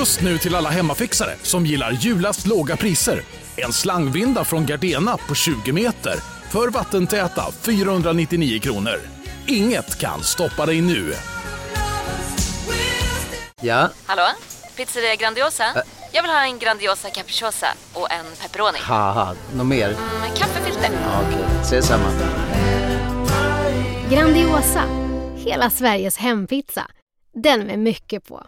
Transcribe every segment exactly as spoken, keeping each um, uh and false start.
Just nu till alla hemmafixare som gillar Julas låga priser. En slangvinda från Gardena på tjugo meter för vattentäta fyrahundranittionio kronor. Inget kan stoppa dig nu. Ja? Hallå? Pizzeria Grandiosa? Ä- Jag vill ha en Grandiosa capriciosa och en pepperoni. Haha, något mer? Mm, kaffefilter. Ja, okej, okay. Ses samma. Grandiosa, hela Sveriges hempizza. Den med mycket på.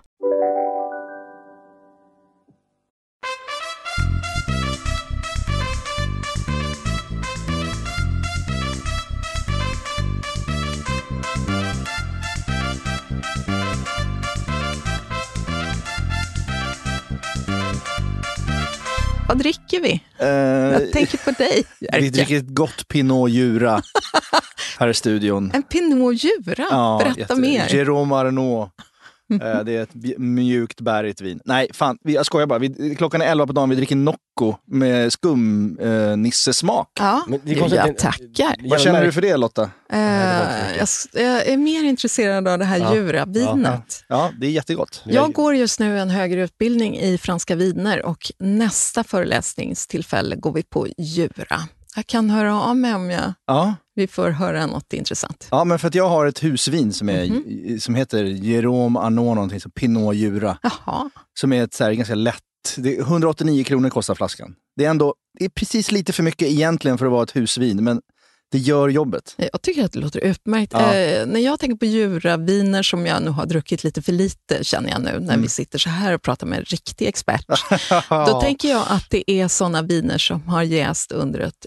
Vad dricker vi? Uh, jag tänker på dig, Jerka. Vi dricker ett gott Pinot Jura här i studion. En Pinot Jura? Ja, berätta jätte, mer. Jérôme Arnaud. uh, det är ett mjukt bärigt vin. Nej, fan, vi, jag skojar bara. Vi, klockan är elva på dagen, vi dricker Nocco med skum uh, nissesmak. Ja, Men det jag den, tackar. Vad känner du för det, Lotta? Uh, jag, jag är mer intresserad av det här ja. Jura-vinet. Ja. ja, det är jättegott. Jag går just nu en högre utbildning i franska viner och nästa föreläsningstillfälle går vi på Jura. Jag kan höra av mig om jag... Ja. Vi får höra något intressant. Ja, men för att jag har ett husvin som, är, mm-hmm. som heter Jérôme Arnaud, någonting som Pinot Jura. Jaha. Som är ett så här, ganska lätt... Det är hundraåttionio kronor kostar flaskan. Det är ändå det är precis lite för mycket egentligen för att vara ett husvin, men det gör jobbet. Jag tycker att det låter utmärkt. Ja. Eh, när jag tänker på Jura-viner som jag nu har druckit lite för lite, känner jag nu, när mm. vi sitter så här och pratar med en riktig expert. Då tänker jag att det är sådana viner som har jäst under ett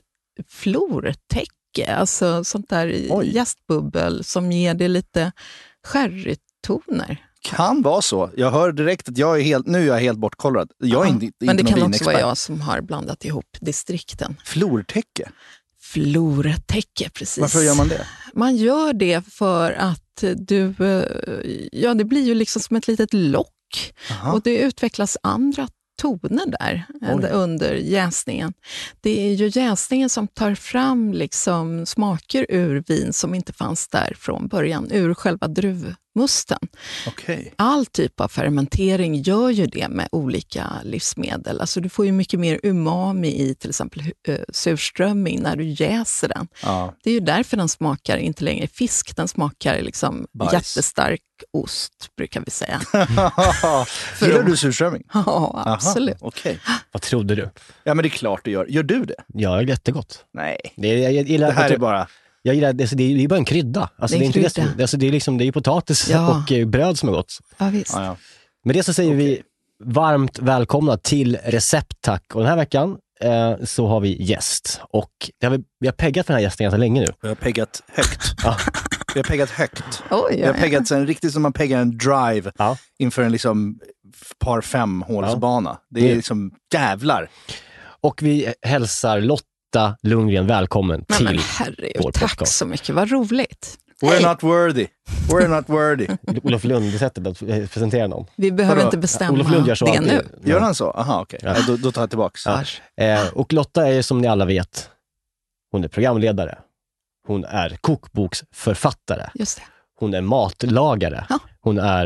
flortäcke, alltså sånt där jästbubbel som ger det lite sherrytoner. Kan vara så. Jag hör direkt att jag är helt, nu är jag helt bortkollrad. Jag är ja, inte, inte men det någon kan vinexpert. också vara jag som har blandat ihop distrikten. Flortäcke? Flortäcke, precis. Varför gör man det? Man gör det för att du, ja det blir ju liksom som ett litet lock. Aha. Och det utvecklas andra toner där Oj. under jäsningen. Det är ju jäsningen som tar fram liksom smaker ur vin som inte fanns där från början, ur själva druvmusten. Okay. All typ av fermentering gör ju det med olika livsmedel. Alltså du får ju mycket mer umami i till exempel uh, surströmming när du jäser den. Ja. Det är ju därför den smakar inte längre fisk, den smakar liksom Bajs. jättestark ost, brukar vi säga. Gillar du surströmming? Ja, absolut. Okay. Vad trodde du? Ja, men det är klart du gör. Gör du det? Ja, det är jättegott. Nej, det, är, jag, jag gillar, det här jag, är bara... Jag gillar, det, det är bara en krydda. Alltså, det, är det, är inte det, alltså, det, är liksom, det är ju potatis ja. och bröd som är gott. Ja, visst. Ja, ja. Med det så säger okay. vi varmt välkomna till Recept, tack. Och den här veckan eh, så har vi gäst. Och det har vi, vi har peggat för den här gästen ganska länge nu. Vi har peggat högt. ja. Vi har peggat högt. Oj, vi har peggat sen riktigt som man peggar en drive ja. inför en liksom par fem hålsbana. Ja. Det är liksom jävlar. Och vi hälsar Lotta Lundgren välkommen men, till men herregud, vår tack podcast. Så mycket, vad roligt. We're hey. not worthy. We're not worthy. Olof Lund, det sättet att presentera någon. Vi behöver Vadå? inte bestämma Olof Lund gör så det alltid. Nu. Gör han så? Aha, okej. Okay. Ja. Då, då tar jag tillbaka. Ja. Eh, och Lotta är som ni alla vet, hon är programledare. Hon är kokboksförfattare. Just det. Hon är matlagare. Ja. Hon är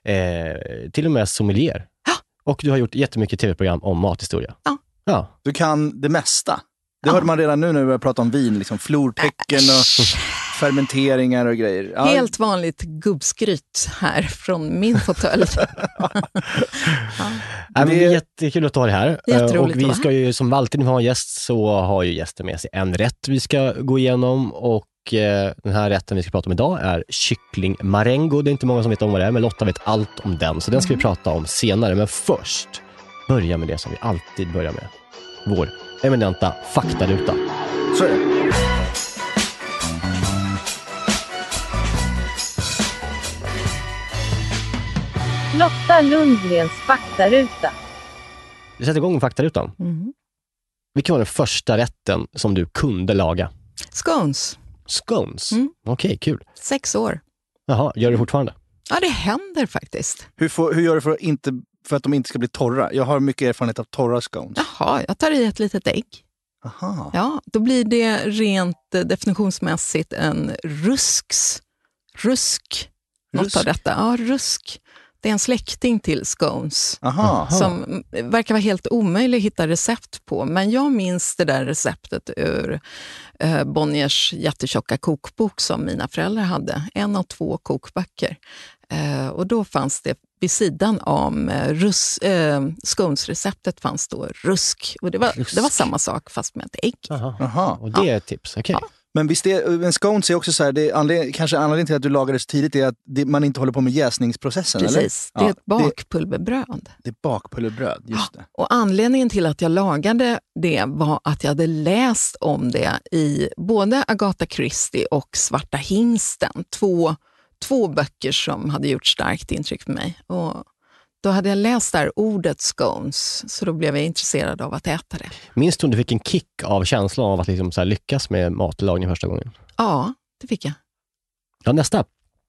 eh, till och med sommelier. Ja. Och du har gjort jättemycket tv-program om mathistoria. Ja. Ja. Du kan det mesta. Det ja. hörde man redan nu när vi började prata om vin. Liksom flortecken och fermenteringar och grejer. Ja. Helt vanligt gubbskryt här från min fåtölj. ja. Ja, det är jättekul att ta det här. Och vi ska ju, som alltid när vi har en gäst, så har ju gästen med sig en rätt vi ska gå igenom. Och den här rätten vi ska prata om idag är kyckling marengo. Det är inte många som vet om vad det är, men Lotta vet allt om den. Så den ska vi prata om senare. Men först börja med det som vi alltid börjar med. Vår eminenta faktaruta. Så är det. Lotta Lundgrens faktaruta. Vi sätter igång med faktarutan. Mm. Vilken var den första rätten som du kunde laga? Scones. Scones? Mm. Okej, okay, kul. Sex år. Jaha, gör du fortfarande? Ja, det händer faktiskt. Hur, får, hur gör du för att, inte, för att de inte ska bli torra? Jag har mycket erfarenhet av torra scones. Jaha, jag tar i ett litet ägg. Aha. Ja, då blir det rent definitionsmässigt en rusks. Rusk. Något rusk. av detta. Ja, rusk. Det är en släkting till scones. Aha. Som verkar vara helt omöjlig att hitta recept på. Men jag minns det där receptet ur eh, Bonniers jättetjocka kokbok som mina föräldrar hade. En av två kokböcker. Eh, och då fanns det vid sidan om eh, rus, eh, scones-receptet fanns då rusk. Och det var, rusk. det var samma sak fast med ett ägg. Aha. Aha. Och det är ett tips, okej. Okay. Ja. Men visst är, en scones är också så här, det är anled- kanske anledningen till att du lagar det så tidigt är att det, man inte håller på med jäsningsprocessen, Precis, eller? det är ett bakpulverbröd. Det är bakpulverbröd, just det. Och anledningen till att jag lagade det var att jag hade läst om det i både Agatha Christie och Svarta hingsten. Två, två böcker som hade gjort starkt intryck på mig. Och då hade jag läst där ordet scones, så då blev jag intresserad av att äta det. Minns du om du fick en kick av känslan av att liksom så här lyckas med matlagning första gången? Ja, det fick jag. Ja, nästa.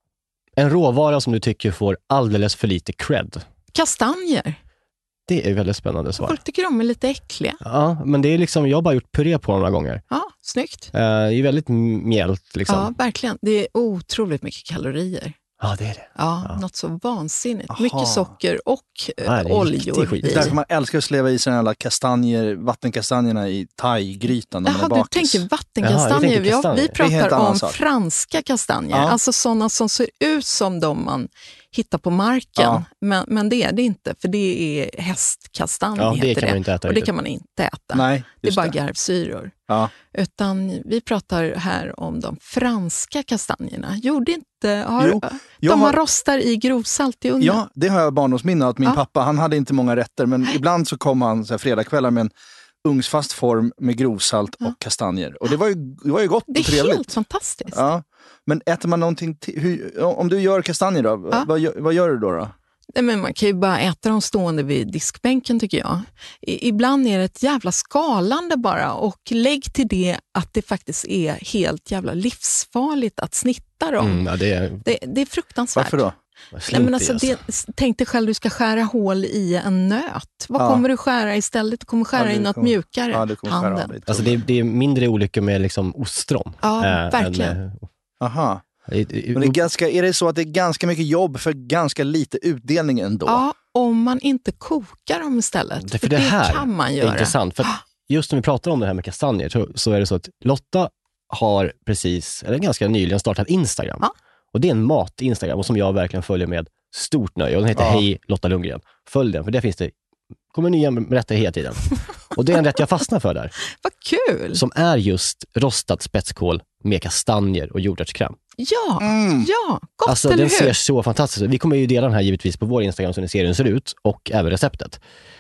En råvara som du tycker får alldeles för lite cred. Kastanjer. Det är väldigt spännande svar. Folk tycker de är lite äckliga. Ja, men det är liksom, jag har bara gjort puré på några gånger. Ja, snyggt. Uh, det är väldigt mjält liksom. Ja, verkligen. Det är otroligt mycket kalorier. Ja, det är det. Ja, ja. Något så vansinnigt. Aha. Mycket socker och ja, oljor. Det är därför man älskar att sleva i sig alla kastanjer, vattenkastanjerna i thai-grytan. Jaha, du tänker vattenkastanjer. Jaha, kastanjer. Vi pratar om sak. franska kastanjer. Ja. Alltså sådana som ser ut som de man hittar på marken. Ja. Men, men det är det inte, för det är hästkastanj. Ja, det heter kan det. man inte äta. Och det kan man inte äta. Nej, det är bara garvsyror. Ja. Utan vi pratar här om de franska kastanjerna. Gjorde inte... Har, jo, de har rostar i grovsalt i ugnen. Ja, det har jag barndomsminne att min ja. pappa, han hade inte många rätter, men Nej. ibland så kom han så här fredagskvällar med en ugnsfast form med grovsalt ja. och kastanjer. Och det var ju, det var ju gott och trevligt. Det är helt fantastiskt. Ja. Men äter man någonting till, hur, om du gör kastanjer då, ja. vad, vad gör du då då? Nej, men man kan ju bara äta dem stående vid diskbänken tycker jag. I, ibland är det ett jävla skalande bara, och lägg till det att det faktiskt är helt jävla livsfarligt att snitta dem. Mm, ja, det, är... Det, det är fruktansvärt. Varför då? Nej, men alltså, det, tänk dig själv, du ska skära hål i en nöt. Vad ja. kommer du skära istället? Du kommer skära ja, i något kommer, mjukare. Ja, du kommer handen. Skära av lite. Alltså det, det är mindre olyckor med liksom ostron. Ja, äh, verkligen. Än, aha. Men det är, ganska, är det så att det är ganska mycket jobb för ganska lite utdelning ändå? Ja, om man inte kokar dem istället. Det, för för det, det här kan man göra. är intressant. För just när vi pratar om det här med kastanjer så, så är det så att Lotta har precis, eller ganska nyligen startat Instagram. Ja. Och det är en mat-Instagram och som jag verkligen följer med stort nöje. Och den heter ja. Hej Lotta Lundgren. Följ den, för där finns det, kommer nya rätter hela tiden. Och det är en rätt jag fastnar för där. Vad kul! Som är just rostad spetskål med kastanjer och jordärtskräm. Ja, mm. ja, gott, alltså, eller den hur? ser så fantastisk ut. Vi kommer ju dela den här givetvis på vår Instagram så ni ser hur den ser ut och även receptet.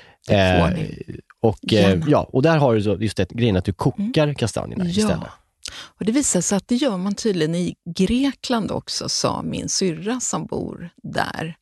Eh, och, eh, ja, och där har du så just det grejen att du kokar mm. kastanjerna ja. istället. Och det visar sig att det gör man tydligen i Grekland också, sa min syrra som bor där.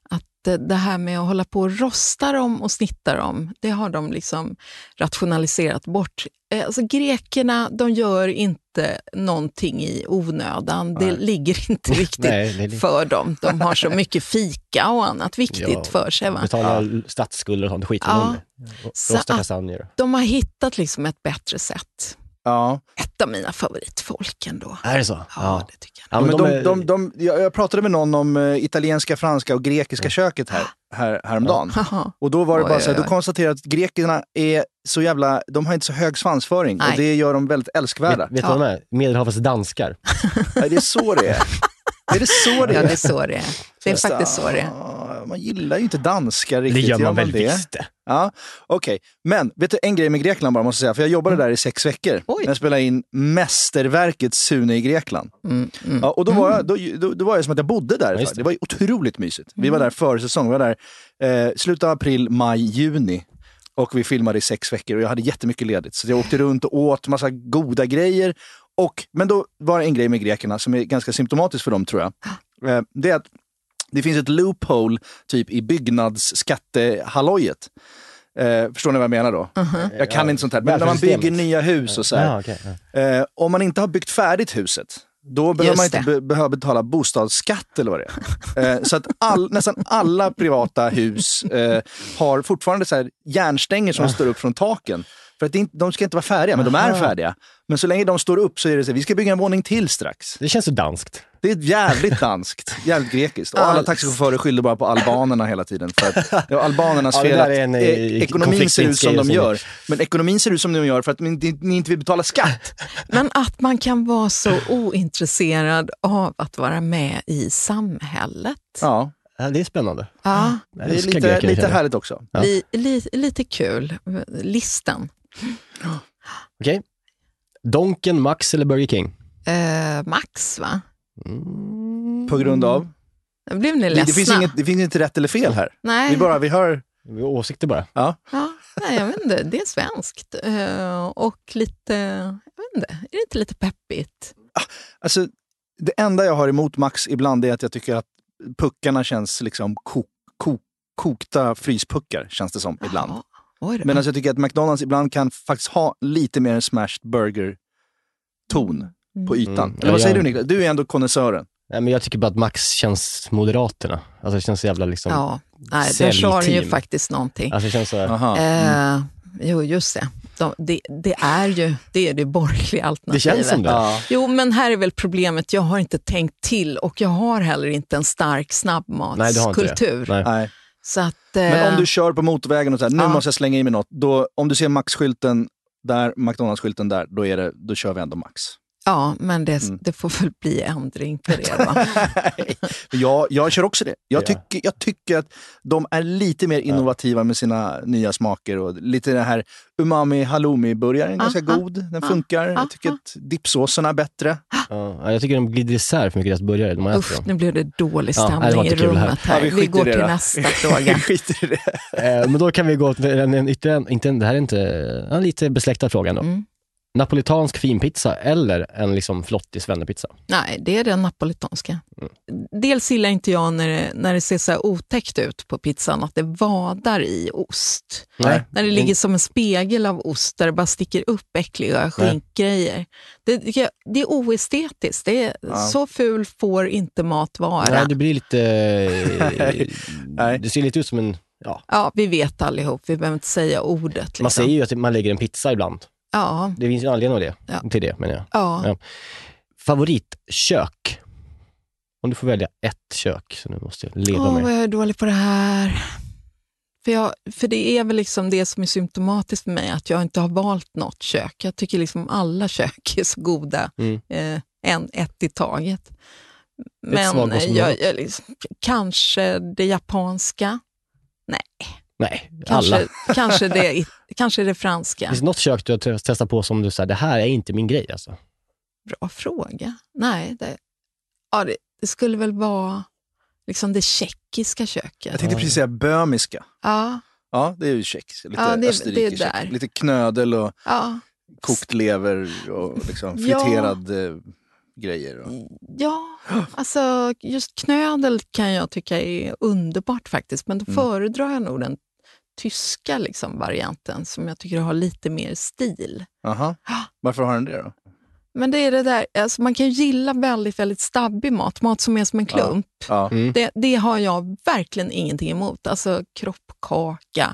Att det här med att hålla på och rosta dem och snitta dem, det har de liksom rationaliserat bort. Alltså grekerna, de gör inte någonting i onödan. Det Nej. ligger inte riktigt Nej, det för dem. De har så mycket fika och annat viktigt ja, för sig. Va? Betalar ja. statsskulder och sånt, skiten ja. om det. Rosta kastanjer. De har hittat liksom ett bättre sätt. Ja. Ett av mina favoritfolk ändå. Är det så? Ja, ja. det tycker jag. Ja, men de, de, de, de, jag pratade med någon om uh, italienska, franska och grekiska ja. köket här, här häromdagen. Ja. Och då var det oj, bara så här, då konstaterade att grekerna är så jävla, de har inte så hög svansföring. Nej. Och det gör dem väldigt älskvärda. Vet, vet du ja. vad de är? Medelhavets danskar. Ja, det är så det är. Är det så det är? Ja, det är så det är. Det är så faktiskt så det är. Man gillar ju inte danskar riktigt. Det gör man, gör man väl visst det. Ja, okej. Okay. Men vet du, en grej med Grekland bara måste jag säga. För jag jobbade mm. där i sex veckor. Oj. När jag spelade in mästerverket Sune i Grekland. Mm, mm, ja, och då var, jag, då, då, då var jag som att jag bodde där. Ja, det. det var ju otroligt mysigt. Vi var där före säsong. Vi var där eh, slutet av april, maj, juni. Och vi filmade i sex veckor. Och jag hade jättemycket ledigt. Så jag åkte runt och åt massa goda grejer. Och, men då var det en grej med grekerna som är ganska symptomatisk för dem, tror jag. Eh, det är att det finns ett loophole typ i byggnadsskattehallojet. Eh, förstår ni vad jag menar då? Uh-huh. Jag kan ja, inte sånt här. Men när man bygger nya hus och så här. Ja, okay, ja. eh, om man inte har byggt färdigt huset, då behöver man inte be- behöva betala bostadsskatt eller vad det är. Eh, så att all, nästan alla privata hus eh, har fortfarande så här järnstänger som står upp från taken. För att det inte, de ska inte vara färdiga, men Aha. de är färdiga. Men så länge de står upp så är det så vi ska bygga en våning till strax. Det känns så danskt. Det är jävligt danskt, jävligt grekiskt. Och alla taxichaufförer skyller bara på albanerna hela tiden. För att det är albanernas ja, fel att en, eh, ekonomin ser ut som de gör. Men ekonomin ser ut som de gör för att ni, ni inte vill betala skatt. Men att man kan vara så ointresserad av att vara med i samhället. Ja. Ja, det är spännande. Ja. Det är lite, lite härligt också. Ja. Li, li, lite kul. Listan. Okej. Okay. Donken, Max eller Burger King? Uh, Max, va? Mm. På grund av? Jag blev ni ledsna. Det finns inget, det finns inte rätt eller fel här. Nej. Vi bara, vi hör... Vi har åsikter bara. Ja. Ja, nej, jag vet inte. Det är svenskt. Uh, och lite, jag vet inte, är det inte lite peppigt? Alltså, det enda jag har emot Max ibland är att jag tycker att puckarna känns liksom kok, kok, kokta fryspuckar, känns det som ibland. Ja, men alltså, jag tycker att McDonald's ibland kan faktiskt ha lite mer en smashed burger-ton mm. på ytan. Mm. Eller vad säger du, Niklas? Du är ändå konnässören. Nej, men jag tycker bara att Max känns Moderaterna. Alltså det känns så jävla liksom... Ja, nej, där sa det ju faktiskt någonting. Alltså det känns så... Mm. Eh, jo, just det. De, det. Det är ju det, är det borgerliga alternativet. Det känns som det. Ja. Jo, men här är väl problemet. Jag har inte tänkt till och jag har heller inte en stark snabbmatskultur. Nej, Nej. Så att, eh... Men om du kör på motorvägen och så här, nu ja. måste jag slänga i mig något. Då, om du ser Max-skylten där, McDonald's-skylten där, då, är det, då kör vi ändå Max. Ja, men det, mm. det får väl bli ändring på det, va? jag, jag kör också det. Jag, ja. tycker, jag tycker att de är lite mer innovativa ja. med sina nya smaker. Och lite den här umami halloumi-burgaren är ah, ganska ah, god. Den ah, funkar. Ah, jag tycker ah. att dipsåserna är bättre. Ja, jag tycker de glider isär för mycket deras burgare. De Usch, nu blev det dålig stämning ja, i rummet här. här. Ja, vi, vi går till då. nästa fråga. vi skiter i det. Men då kan vi gå till en, en, en, inte, det här är inte en lite besläktad fråga ändå. Mm. Napolitansk finpizza eller en liksom flottig svennepizza? Nej, det är den napolitanska. Mm. Dels gillar inte jag när det, när det ser så här otäckt ut på pizzan att det vadar i ost. Nej. När det ligger som en spegel av ost där det bara sticker upp äckliga skinkgrejer. Det, det, det är oestetiskt. Det är, ja. Så ful får inte mat vara. Nej, det blir lite... det ser lite ut som en... Ja. ja, vi vet allihop. Vi behöver inte säga ordet. Liksom. Man säger ju att man lägger en pizza ibland. Ja. Det finns ju anledning av det, ja. till det, menar jag. Ja. Ja. Favoritkök? Om du får välja ett kök så nu måste jag leva Åh, med. Åh, jag är dålig på det här. För, jag, för det är väl liksom det som är symptomatiskt för mig, att jag inte har valt något kök. Jag tycker liksom alla kök är så goda, mm. eh, en, ett i taget. Men jag, jag liksom, kanske det japanska? Nej. Nej, kanske, alla. kanske, det, kanske det franska. Finns det något kök du har testat på som du säger, det här är inte min grej alltså? Bra fråga. Nej, det, ja, det, det skulle väl vara liksom det tjeckiska köket. Jag tänkte precis säga bömiska. Ja. Ja, det är ju tjeck. Lite ja, det, österrikisk. Det är där. Lite knödel och ja. kokt lever och liksom friterad ja. grejer. Och... Ja, alltså just knödel kan jag tycka är underbart faktiskt. Men då mm. föredrar jag nog den tyska liksom, varianten som jag tycker har lite mer stil. Aha. Varför har den det då? Men det är det där, alltså man kan ju gilla väldigt, väldigt stabbig mat, mat som är som en klump. Ja. Ja. Mm. Det, det har jag verkligen ingenting emot. Alltså kroppkaka,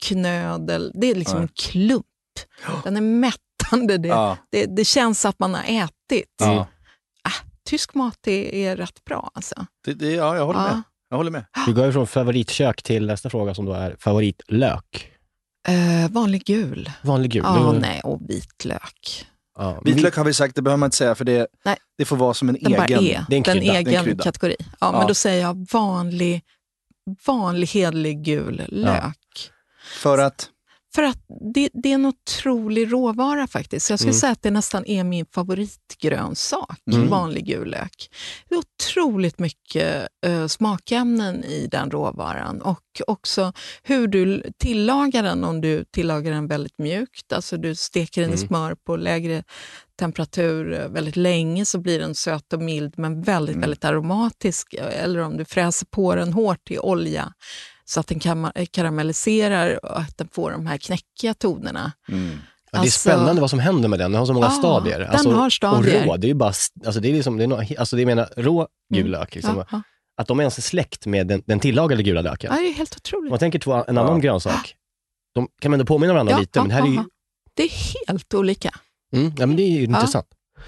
knödel, det är liksom ja. en klump. Den är mättande, det, ja. det, det känns att man har ätit. Ja. Äh, tysk mat är, är rätt bra alltså. Det, det, ja, jag håller ja. med. Jag håller med. Vi går från favoritkök till nästa fråga som då är favoritlök. Uh, vanlig gul. Vanlig gul. Ja, oh, nej, och vitlök. Ja, vitlök har vi sagt, det behöver man inte säga för det, det får vara som en den egen, är, det är en den krydda. egen krydda. kategori. Ja, ja, men då säger jag vanlig, vanlig hedlig gul lök. Ja. För att? För att det, det är en otrolig råvara faktiskt. Jag skulle mm. säga att det nästan är min favoritgrönsak, mm. vanlig gul lök. Det är otroligt mycket uh, smakämnen i den råvaran. Och också hur du tillagar den, om du tillagar den väldigt mjukt. Alltså du steker den mm. i smör på lägre temperatur väldigt länge så blir den söt och mild men väldigt, mm. väldigt aromatisk. Eller om du fräser på den hårt i olja så att den karamelliserar och att den får de här knäckiga tonerna. Mm. Ja, det är spännande vad som händer med den. Den har så många ja, stadier. Den alltså, har stadier. Och rå, det är ju bara, alltså det är liksom, det är no, alltså det menar rå gul lök. Liksom, ja, ja. Att de är ens släkt med den, den tillagade gula löken. Ja, det är helt otroligt. Man tänker på en annan ja. grönsak. De kan man ändå påminna varandra ja, lite, ja, men det här är ju Det är helt olika. Mm, ja, men det är ju Ja. intressant.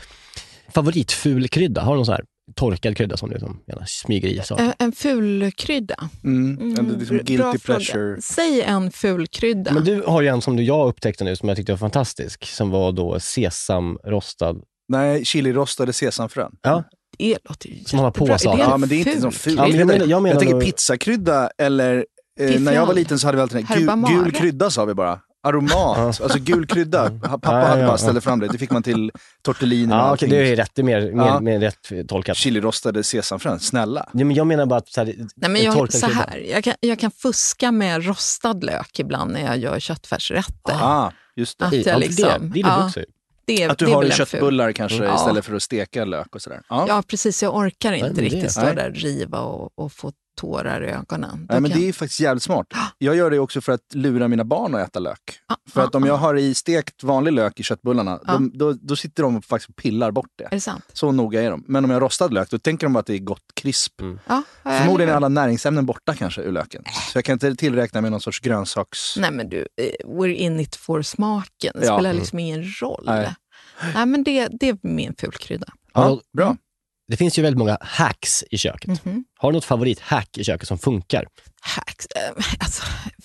Favoritfulkrydda, har du någon sån här torkad krydda som du liksom gärna smyger i? Så? En, en fulkrydda. Mm. Mm. Det är liksom guilty Bra pleasure. fråga. Säg en fulkrydda. Men du har ju en som du, jag upptäckte nu som jag tyckte var fantastisk, som var då sesamrostad. Nej, chili-rostade sesamfrön. Ja. Det låter ju som man har på jättebra. salat. Är det Ja, men det är inte ful? så fult. Ja, men jag menar- jag menar tänker då- pizzakrydda eller eh, när jag var liten så hade vi alltid gu, Herbamare. gul krydda sa vi bara. Aromat, alltså gul krydda. Pappa Ja, ja, hade ja. bara ställde fram det. Det fick man till tortellini och Ja, okej, allting. det är rätt, det är mer, mer, Ja. mer rätt tolkat. Chili-rostade sesamfrön, snälla. Ja, men jag menar bara att så här, Nej, men jag, torkad så krydda. här, jag, kan, jag kan fuska med rostad lök ibland när jag gör köttfärsrätter. Ah, just det. Att Ja, jag för liksom, det, det gillar du ja, också. det, Att du det är har väl i en ful. köttbullar kanske Ja. istället för att steka lök och sådär. Ja. Ja, precis. Jag orkar inte Nej, men det- riktigt stå nej. där, riva och, och få tårar i ögonen. Då Nej, men kan- det är faktiskt jävligt smart. Jag gör det också för att lura mina barn att äta lök. Ah, För att om ah, jag ah. har i stekt vanlig lök i köttbullarna, Ja. de, då, då sitter de och faktiskt pillar bort det. Är det sant? Så noga är de. Men om jag har rostad lök, då tänker de bara att det är gott krisp. Ja, ja, Förmodligen är eller- alla näringsämnen borta kanske ur löken. Så jag kan inte tillräkna med någon sorts grönsaks... Nej, men du, eh, we're in it for smaken. Det Ja. spelar liksom ingen roll. Nej. Nej, men det, det är min fulkrydda. Ja, bra. Det finns ju väldigt många hacks i köket. Mhm. Har du något favorithack i köket som funkar? Hacks. eh, Alltså,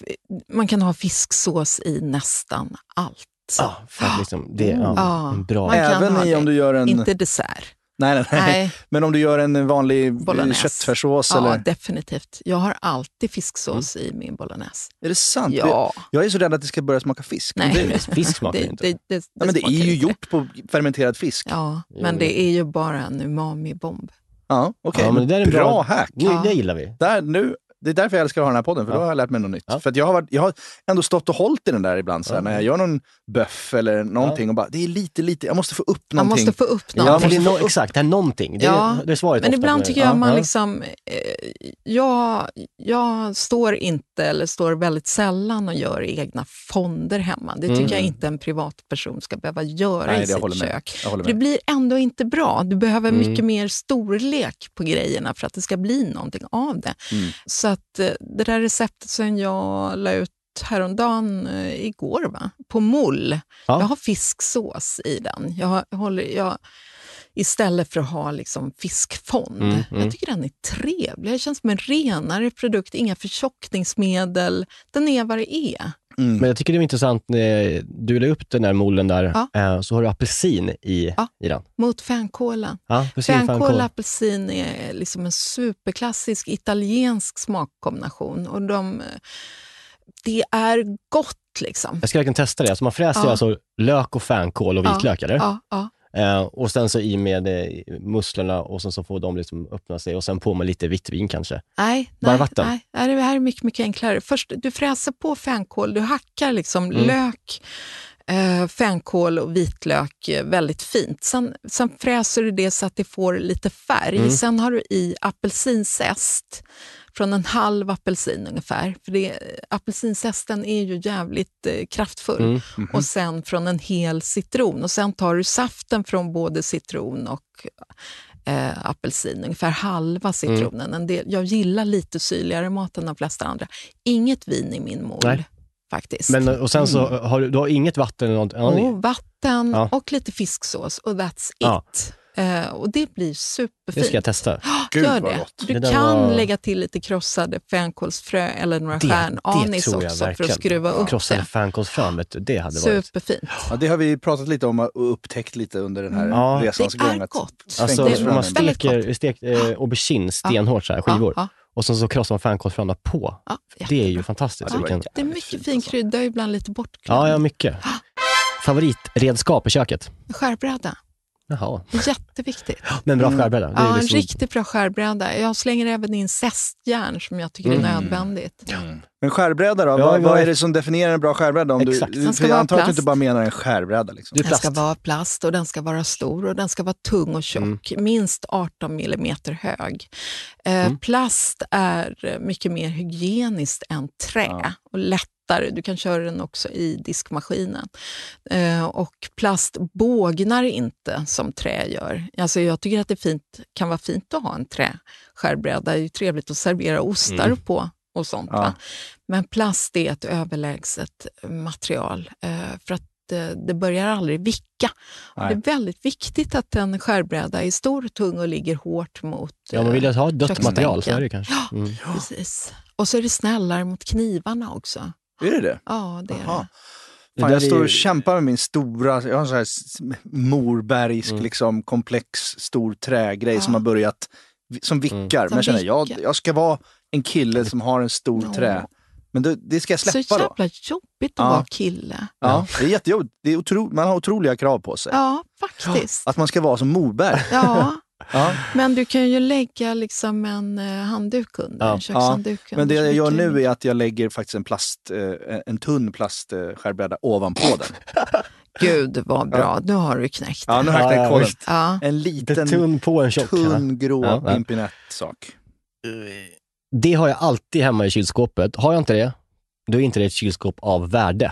man kan ha fisksås i nästan allt. Ja, för att liksom, det är ja, Ja. en bra... Man kan Även ha i det. om du gör en... Inte dessert. Nej, nej, nej. Nej. Men om du gör en vanlig Bolognese. köttfärssås Ja, eller... definitivt. Jag har alltid fisksås i min bolognese. Är det sant? Ja. Jag är så rädd att det ska börja smaka fisk. Nej. Men det, Fisk smakar ju Det, inte. det, det, nej, men det är smakar ju inte. gjort på fermenterad fisk. Ja, men det är ju bara en umami-bomb. Ja, okej. Ja, men det där är en bra, bra- hack. Nu, Ja. det gillar vi. Där, nu, det är därför jag älskar att ha den här podden, för Ja. då har jag lärt mig något nytt. Ja. För att jag, har varit, jag har ändå stått och hållit i den där ibland, så här, Ja. när jag gör någon böff eller någonting och bara, det är lite, lite, jag måste få upp Man någonting. måste få upp Ja, någonting. för det är no, exakt, det är någonting. Det är, Ja, det är svaret Men ofta ibland på det. tycker jag Ja, man ja. liksom... Eh, jag, jag står inte, eller står väldigt sällan och gör egna fonder hemma. Det tycker Mm. jag inte en privatperson ska behöva göra Nej, i det jag sitt håller med. kök. Jag håller För det med. blir ändå inte bra. Du behöver Mm. mycket mer storlek på grejerna för att det ska bli någonting av det. Mm. Så att eh, det där receptet som jag la ut häromdagen eh, igår, va? På moll. Ja. Jag har fisksås i den. Jag har, håller, jag, istället för att ha liksom fiskfond. Mm, mm. Jag tycker den är trevlig. Det känns som en renare produkt. Inga förtjockningsmedel. Den är vad det är. Mm. Men jag tycker det är intressant när du la upp den där mollen där, Ja. eh, så har du apelsin i, Ja. i den. Mot fänkålen. Ja, apelsin, Fänkål och fänkål. apelsin är liksom en superklassisk italiensk smakkombination. Och de, det är gott liksom. Jag ska verkligen testa det. Alltså man fräser Ja. alltså lök och fänkål och vitlök, eller? Ja, ja. Eh, och sen så i med eh, musslorna och sen så får de liksom öppna sig och sen på med lite vitt vin kanske. Nej, Bara nej, vatten? nej, nej, det här är mycket, mycket enklare. Först, du fräser på fänkål, du hackar liksom Mm. lök, eh, fänkål och vitlök eh, väldigt fint. Sen, sen fräser du det så att det får lite färg. Mm. Sen har du i apelsinzest från en halv apelsin ungefär. För det, apelsinzesten är ju jävligt eh, kraftfull. Mm. Och sen från en hel citron. Och sen tar du saften från både citron och eh, apelsin, ungefär halva citronen. En del, jag gillar lite syrligare mat än de flesta andra. Inget vin i min mål, Nej. faktiskt. Men, och sen så har du, du har inget vatten eller något annat? och vatten Ja. och lite fisksås och that's Ja. it. Eh, och det blir Det superfint. ska jag testa. Gud, Gör vad det. gott. Du Det där kan var- lägga till lite krossade fänkålsfrö eller några Det, det stjärnanis tror jag också för verkligen. att skruva upp Krossade det. fänkålsfrön, vet du, det hade varit... Superfint. Ja, det har vi pratat lite om och upptäckt lite under den här Ja. resans Det gång. är att gott. Alltså, Det är om man väldigt steker, gott. stek, eh, aubergine stenhårt så här, skivor Ja, och sen så krossar man fänkålsfröna på. ja, Det är ju jättebra. fantastiskt. Ja, det var Vilken... Det är jävligt mycket fint, fin alltså. krydda, ibland lite bortglömd. Ja, ja, mycket. Favoritredskap i köket? Skärbräda, Jaha. jätteviktigt. Men bra skärbräda. Det är Ja, en liksom... riktigt bra skärbräda. Jag slänger även in zestjärn som jag tycker är Mm. nödvändigt. Men skärbräda då? Ja, vad, vad vad är- är det som definierar en bra skärbräda? Om Exakt. du, Den ska för jag vara antar att du plast. inte bara menar en skärbräda. Liksom. Det är Den plast. ska vara plast och den ska vara stor och den ska vara tung och tjock. Minst arton millimeter hög. Eh, Mm. Plast är mycket mer hygieniskt än trä Ja. och lättare. Du kan köra den också i diskmaskinen. Eh, och plast bågnar inte som trä gör. Alltså jag tycker att det är fint, kan vara fint att ha en träskärbräda. Det är ju trevligt att servera ostar Mm. på och sånt. Ja. Va? Men plast är ett överlägset material. Eh, för att det börjar aldrig vicka. Och det är väldigt viktigt att en skärbräda är stor och tung och ligger hårt mot Ja, man vill ju ha dött material, så är det kanske. Mm. Ja, precis. Och så är det snällare mot knivarna också. Är det det? Ja, det är Aha. det. Fan, jag står och kämpar med min stora, jag har en sån här morbergsk, Mm. liksom, komplex, stor trägrej ja. som har börjat, som vickar. Mm. Men jag känner, jag, jag ska vara en kille som har en stor ja. trä. Men det, det ska jag släppa då. Så jävla då. jobbigt att ja. vara kille. Ja, det är jättejobbigt. Det är otro, man har otroliga krav på sig. Ja, faktiskt. Att man ska vara som Morberg. Ja. Ja. Men du kan ju lägga liksom en uh, handduk under, ja. en kökshandduk. Ja. Men det jag gör nu är att jag lägger faktiskt en plast, uh, en tunn plastskärbräda uh, ovanpå den. Gud vad bra, ja. nu har du knäckt. Ja, nu har jag knäckt koden. Ja. En liten, tunn på en tjock, tunn grå ja, ja. impinett-sak. Det har jag alltid hemma i kylskåpet. Har jag inte det, då är inte det ett kylskåp av värde.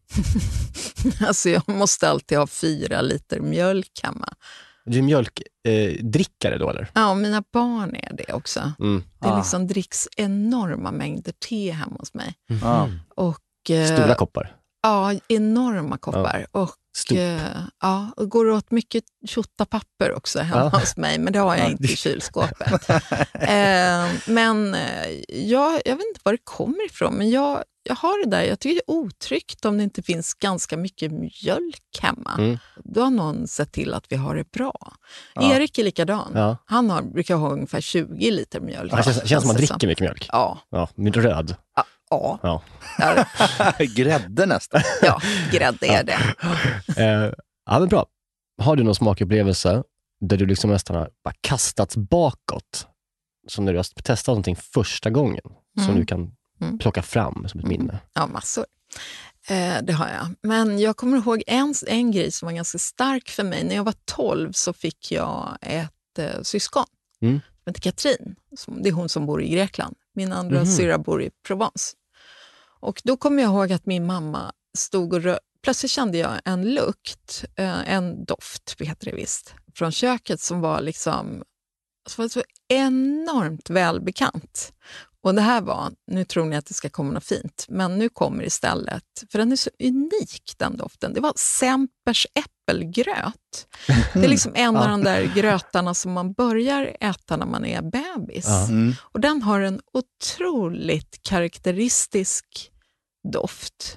Alltså jag måste alltid ha fyra liter mjölk hemma. Du är mjölkdrickare eh, då eller? Ja, mina barn är det också. Mm. Det ah. liksom dricks enorma mängder te hemma hos mig. Mm. Ah. Och, eh, Stora koppar? Ja, enorma koppar. Ja. Och, eh, ja, och går åt mycket tjottapapper också hemma ah. hos mig. Men det har jag inte i kylskåpet. eh, men jag, jag vet inte var det kommer ifrån. Men jag... Jag har det där, jag tycker det är otryggt om det inte finns ganska mycket mjölk hemma. Mm. Då har någon sett till att vi har det bra. Ja. Erik är likadan. Ja. Han har, brukar ha ungefär tjugo liter mjölk. Ja, det känns, känns som att man dricker mycket mjölk. Ja. Ja, med röd. Ja. ja. ja. Grädde nästan. Ja, grädde är det. uh, ja, men bra. Har du någon smakupplevelse där du liksom nästan har bara kastats bakåt? Som när du har testat någonting första gången. Mm. Som du kan... Mm. plocka fram som ett minne. Ja, massor. Eh, det har jag. Men jag kommer ihåg en, en grej som var ganska stark för mig. När jag var tolv så fick jag ett eh, syskon. Mm. Som heter Katrin. Som, det är hon som bor i Grekland. Min andra mm. syra bor i Provence. Och då kommer jag ihåg att min mamma stod och rö- plötsligt kände jag en lukt, eh, en doft, heter det visst, från köket som var liksom som var så enormt välbekant. Och det här var, nu tror ni att det ska komma något fint, men nu kommer istället, för den är så unik den doften, det var Sempers äppelgröt. Mm. Det är liksom en av de där grötarna som man börjar äta när man är bebis. Mm. Och den har en otroligt karaktäristisk doft.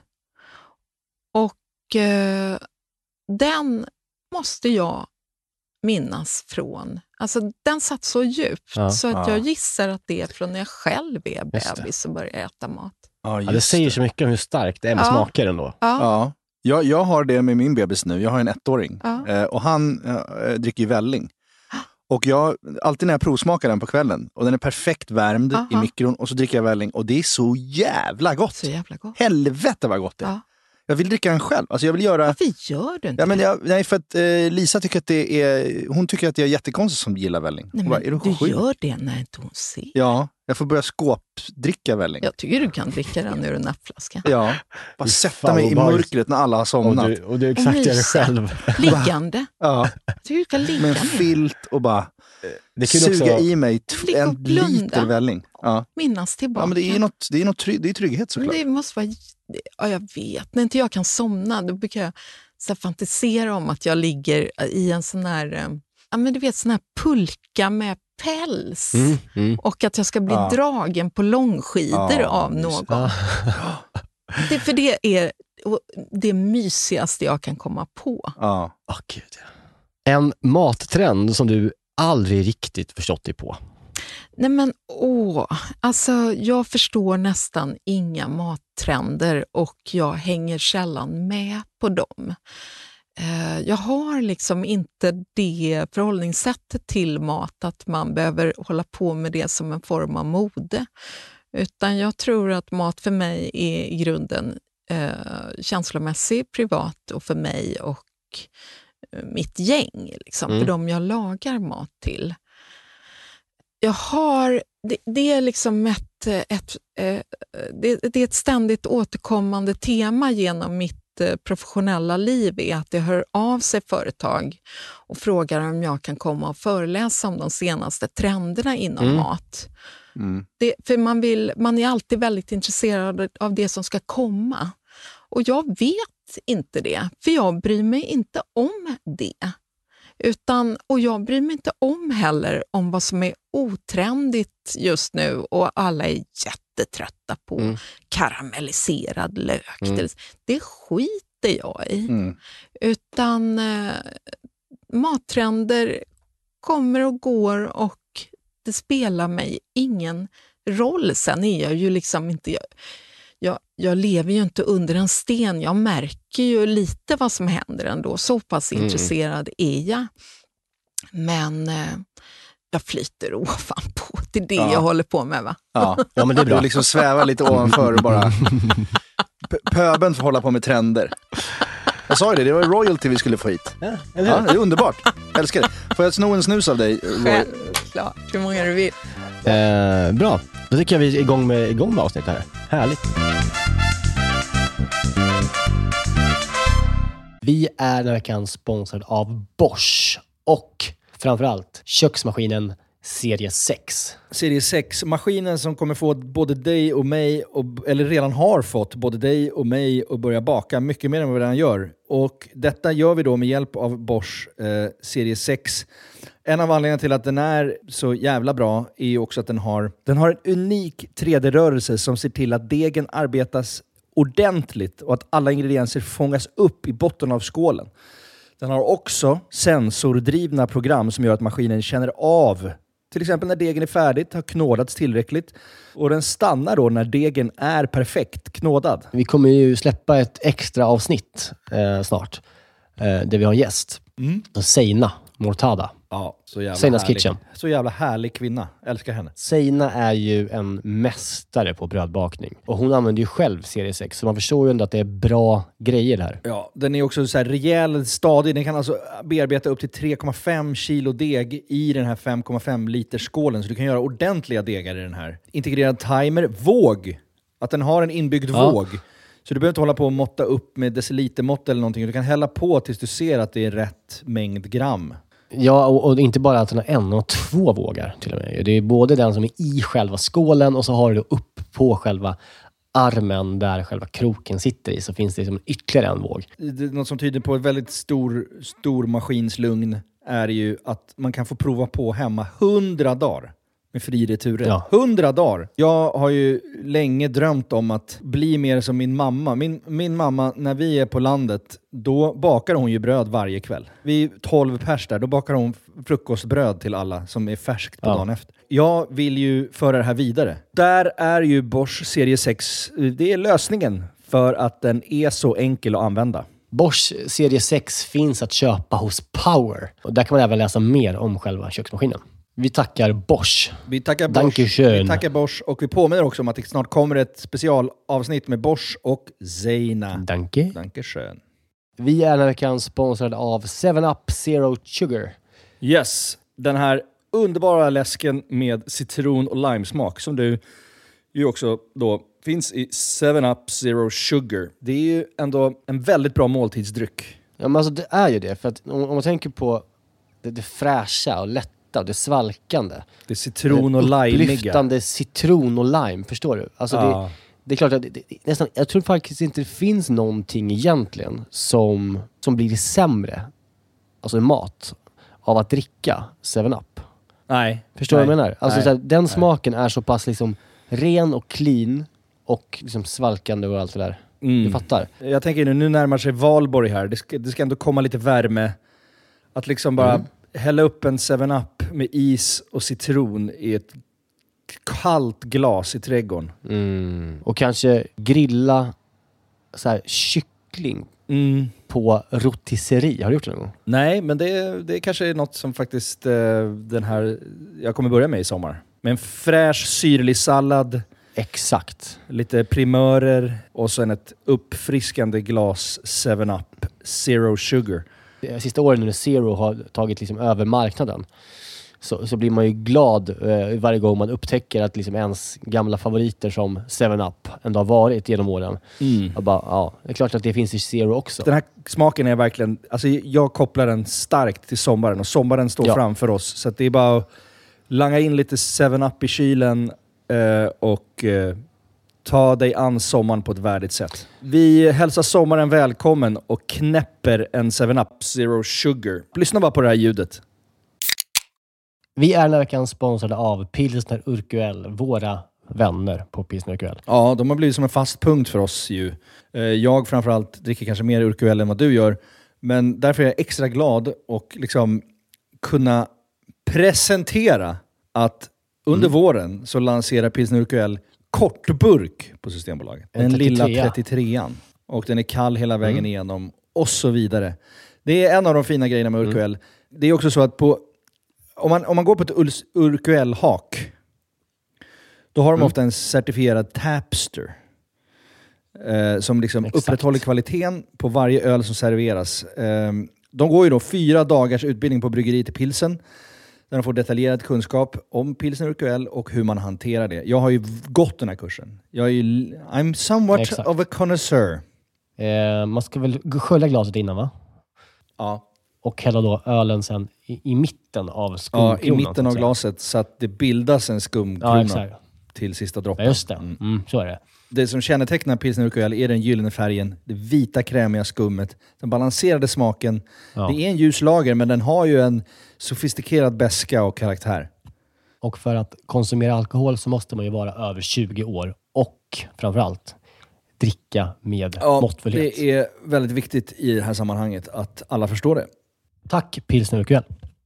Och eh, den måste jag minnas från. Alltså den satt så djupt ja, så att ja. jag gissar att det är från när jag själv är bebis och börjar äta mat. Ja, ja, det säger så mycket om hur starkt det är med ja. smaker ändå. Ja. Ja. Jag, jag har det med min bebis nu. Jag har en ettåring ja. eh, och han eh, dricker ju välling. Och jag, alltid när jag provsmakar den på kvällen och den är perfekt värmd Aha. i mikron och så dricker jag välling och det är så jävla gott. Så jävla gott. Helvete vad gott det är. Ja. Jag vill dricka den själv. Alltså jag vill göra... Varför gör du inte ja, men jag, nej, för att eh, Lisa tycker att det är... Hon tycker att jag är jättekonstig som gillar välling. Nej, bara, är du du gör det när inte hon ser. Ja, jag får börja skåpdricka välling. Jag tycker du kan dricka den ur en nappflaska. Ja, bara sätta mig i mörkret när alla har somnat. Och du, och du exakt gör det själv. Liggande. Ja. Jag tycker du kan ligga med en filt och bara det kan suga också... i mig t- en liter välling. Ja. Minnas tillbaka. Ja, men det är något, det är något trygg, det är trygghet såklart. Men det måste vara... Ja, jag vet. När inte jag kan somna, då brukar jag så här, fantisera om att jag ligger i en sån här, ja men du vet, sån här pulka med päls. Mm, mm. Och att jag ska bli ja. dragen på långskidor ja, av någon. Ja. det, för det är det mysigaste jag kan komma på. Ja. Oh, Gud. En mattrend som du aldrig riktigt förstått dig på. Nej men åh, alltså jag förstår nästan inga mattrender och jag hänger sällan med på dem. Eh, jag har liksom inte det förhållningssättet till mat att man behöver hålla på med det som en form av mode. Utan jag tror att mat för mig är i grunden eh, känslomässig, privat och för mig och mitt gäng, liksom, mm. för dem jag lagar mat till. Jag har, det, det är liksom ett, ett, ett, det, det är ett ständigt återkommande tema genom mitt professionella liv är att det hör av sig företag och frågar om jag kan komma och föreläsa om de senaste trenderna inom mm. mat. Mm. Det, för man, vill, man är alltid väldigt intresserad av det som ska komma. Och jag vet inte det, för jag bryr mig inte om det. Utan, och jag bryr mig inte om heller om vad som är otrendigt just nu och alla är jättetrötta på mm. karamelliserad lök. Mm. Det skiter jag i. Mm. Utan eh, mattrender kommer och går och det spelar mig ingen roll. Sen är jag ju liksom inte... Jag, jag, jag lever ju inte under en sten. Jag märker ju lite vad som händer ändå. Så pass mm. intresserad är jag. Men eh, jag flyter ovanpå. Det är det ja. jag håller på med, va? Ja, ja men det är bra. Du liksom svävar lite ovanför och bara... P- pöben får hålla på med trender. Jag sa ju det, det var royalty vi skulle få hit. Ja, eller ja, det är underbart. Jag älskar det. Får jag sno en snus av dig? Självklart, hur många du vill. Eh, bra, då tycker jag vi är igång med, igång med avsnitt här. Härligt. Vi är den här veckan sponsrad av Bosch och framförallt köksmaskinen Serie sex. Serie sex, maskinen som kommer få både dig och mig, och, eller redan har fått både dig och mig att börja baka mycket mer än vad vi redan gör. Och detta gör vi då med hjälp av Bosch eh, Serie sex. En av anledningarna till att den är så jävla bra är ju också att den har, den har en unik tre D-rörelse som ser till att degen arbetas ordentligt och att alla ingredienser fångas upp i botten av skålen. Den har också sensordrivna program som gör att maskinen känner av till exempel när degen är färdigt, har knådats tillräckligt. Och den stannar då när degen är perfekt knådad. Vi kommer ju släppa ett extra avsnitt eh, snart. Eh, där vi har en gäst. Mm. Seina Mortada. Ja, så jävla Seinas härlig. Kitchen. Så jävla härlig kvinna. Älskar henne. Seina är ju en mästare på brödbakning. Och hon använder ju själv Serie sex. Så man förstår ju ändå att det är bra grejer här. Ja, den är också så här rejäl, stadig. Den kan alltså bearbeta upp till tre komma fem kilo deg i den här fem komma fem liters skålen. Så du kan göra ordentliga degar i den här. Integrerad timer. Våg. Att den har en inbyggd ja. våg. Så du behöver inte hålla på och måtta upp med decilitermått eller någonting. Du kan hälla på tills du ser att det är rätt mängd gram. Ja, och, och inte bara att den har en och två vågar till och med. Det är både den som är i själva skålen och så har du upp på själva armen där själva kroken sitter i, så finns det liksom ytterligare en våg. Det, något som tyder på ett väldigt stor, stor maskinslugn är ju att man kan få prova på hemma hundra dagar med fri returen. Ja. Hundra dagar! Jag har ju länge drömt om att bli mer som min mamma. Min, min mamma, när vi är på landet, då bakar hon ju bröd varje kväll. Vi är tolv pers där, då bakar hon frukostbröd till alla som är färskt på ja. dagen efter. Jag vill ju föra det här vidare. Där är ju Bosch Serie sex, det är lösningen för att den är så enkel att använda. Bosch Serie sex finns att köpa hos Power. Och där kan man även läsa mer om själva köksmaskinen. Vi tackar Bosch. Vi tackar Bosch. Vi tackar Bosch och vi påminner också om att det snart kommer ett specialavsnitt med Bosch och Seina. Danke. Danke schön. Vi är den här veckan sponsrade av seven up Zero Sugar. Yes, den här underbara läsken med citron och limesmak som du ju också då finns i seven up Zero Sugar. Det är ju ändå en väldigt bra måltidsdryck. Ja, men alltså det är ju det, för att om, om man tänker på det, det fräscha och lätt, det svalkande. Det är citron och lime. Upplyftande citron och lime, förstår du? Alltså ja. det, det är klart att det, det, nästan, jag tror faktiskt inte det finns någonting egentligen som, som blir sämre, alltså mat, av att dricka seven up. Nej. Förstår nej, du vad jag menar? Alltså nej, så här, den nej. smaken är så pass liksom ren och clean och liksom svalkande och allt det där. Mm. Du fattar? Jag tänker nu, nu närmar sig Valborg här. Det ska, det ska ändå komma lite värme. Att liksom bara mm. hälla upp en seven up med is och citron i ett kallt glas i trädgården. Mm. Och kanske grilla så här kyckling mm. på rotisserie. Har du gjort det någon gång? Nej, men det, det kanske är något som faktiskt uh, den här jag kommer börja med i sommar. Med en fräsch syrlig sallad. Exakt. Lite primörer och sen ett uppfriskande glas seven up Zero Sugar. Sista åren när Zero har tagit liksom över marknaden så, så blir man ju glad eh, varje gång man upptäcker att liksom ens gamla favoriter som seven up ändå har varit genom åren. Mm. Och bara, ja, det är klart att det finns i Zero också. Den här smaken är verkligen, alltså jag kopplar den starkt till sommaren och sommaren står ja. framför oss. Så att det är bara att langa in lite seven up i kylen eh, och eh, ta dig an sommaren på ett värdigt sätt. Vi hälsar sommaren välkommen och knäpper en seven up Zero Sugar. Lyssna bara på det här ljudet. Vi är den här veckan sponsrade av Pilsner Urquell, våra vänner på Pilsner Urquell. Ja, de har blivit som en fast punkt för oss ju. Jag framförallt dricker kanske mer Urquell än vad du gör, men därför är jag extra glad och liksom kunna presentera att under mm. våren så lanserar Pilsner Urquell kortburk på Systembolaget. Den lilla trettiotrean. Och den är kall hela vägen mm. igenom och så vidare. Det är en av de fina grejerna med Urquell. Mm. Det är också så att på, om, man, om man går på ett Urquell-hak, då har de mm. ofta en certifierad tapster. Eh, som liksom upprätthåller kvaliteten på varje öl som serveras. Eh, de går ju då fyra dagars utbildning på bryggeriet i Pilsen. Där de får detaljerad kunskap om Pilsner Urquell och hur man hanterar det. Jag har ju gått den här kursen. Jag är ju, I'm somewhat Exakt. of a connoisseur. Eh, man ska väl skölja glaset innan, va? Ja. Och hälla då ölen sen i, i mitten av skumkronan. Ja, i mitten av glaset så att det bildas en skumkrona ja, till sista droppen. Ja, just det. Mm. Mm, så är det. Det som kännetecknar Pilsner Urquell är den gyllene färgen, det vita krämiga skummet, den balanserade smaken. Ja. Det är en ljus lager, men den har ju en sofistikerad beska och karaktär. Och för att konsumera alkohol så måste man ju vara över tjugo år och framförallt dricka med ja, måttfullhet. Det är väldigt viktigt i det här sammanhanget att alla förstår det. Tack Pilsner Urquell.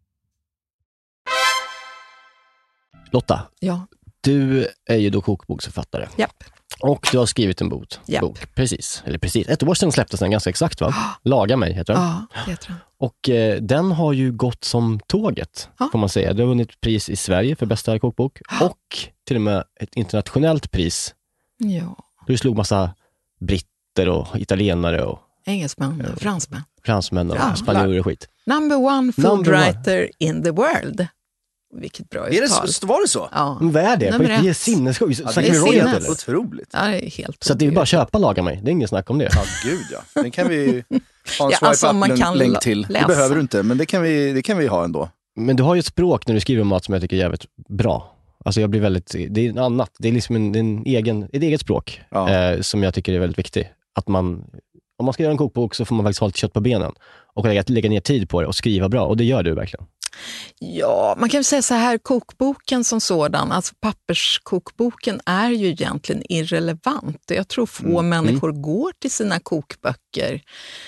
Lotta, ja. du är ju då kokboksförfattare. Japp. Och du har skrivit en bok. Yep. bok. Precis. Eller precis. Ett år sedan släpptes den ganska exakt, va? Laga mig heter den. Ja, det heter den. Och eh, den har ju gått som tåget, ja. får man säga. Du har vunnit pris i Sverige för bästa kokbok. Ja. Och till och med ett internationellt pris. Ja. Du slog massa britter och italienare och... Engelsmän, eh, fransmän. Fransmän och ja. spanjorer och skit. Number one food Number writer one. in the world. Vilket bra är det så, var det så? Ja. Men vad är det? På ett, det är sinnessjukt. Ja, det är sinnes. Otroligt. Ja, det är helt så det är bara att köpa Laga mig. Det är ingen snack om det. Ja, gud ja. Den kan vi ha en swipe ja, alltså, man kan länk till. Läsa. Det behöver du inte, men det kan, vi, det kan vi ha ändå. Men du har ju ett språk när du skriver om mat som jag tycker är jävligt bra. Alltså jag blir väldigt, det är en annat. Det är liksom en, en egen, ett eget språk ja. eh, som jag tycker är väldigt viktigt. Att man, om man ska göra en kokbok så får man faktiskt ha lite kött på benen. Och lägga, lägga ner tid på det och skriva bra. Och det gör du verkligen. Ja, man kan säga så här, kokboken som sådan, alltså papperskokboken är ju egentligen irrelevant. Jag tror få mm. människor mm. går till sina kokböcker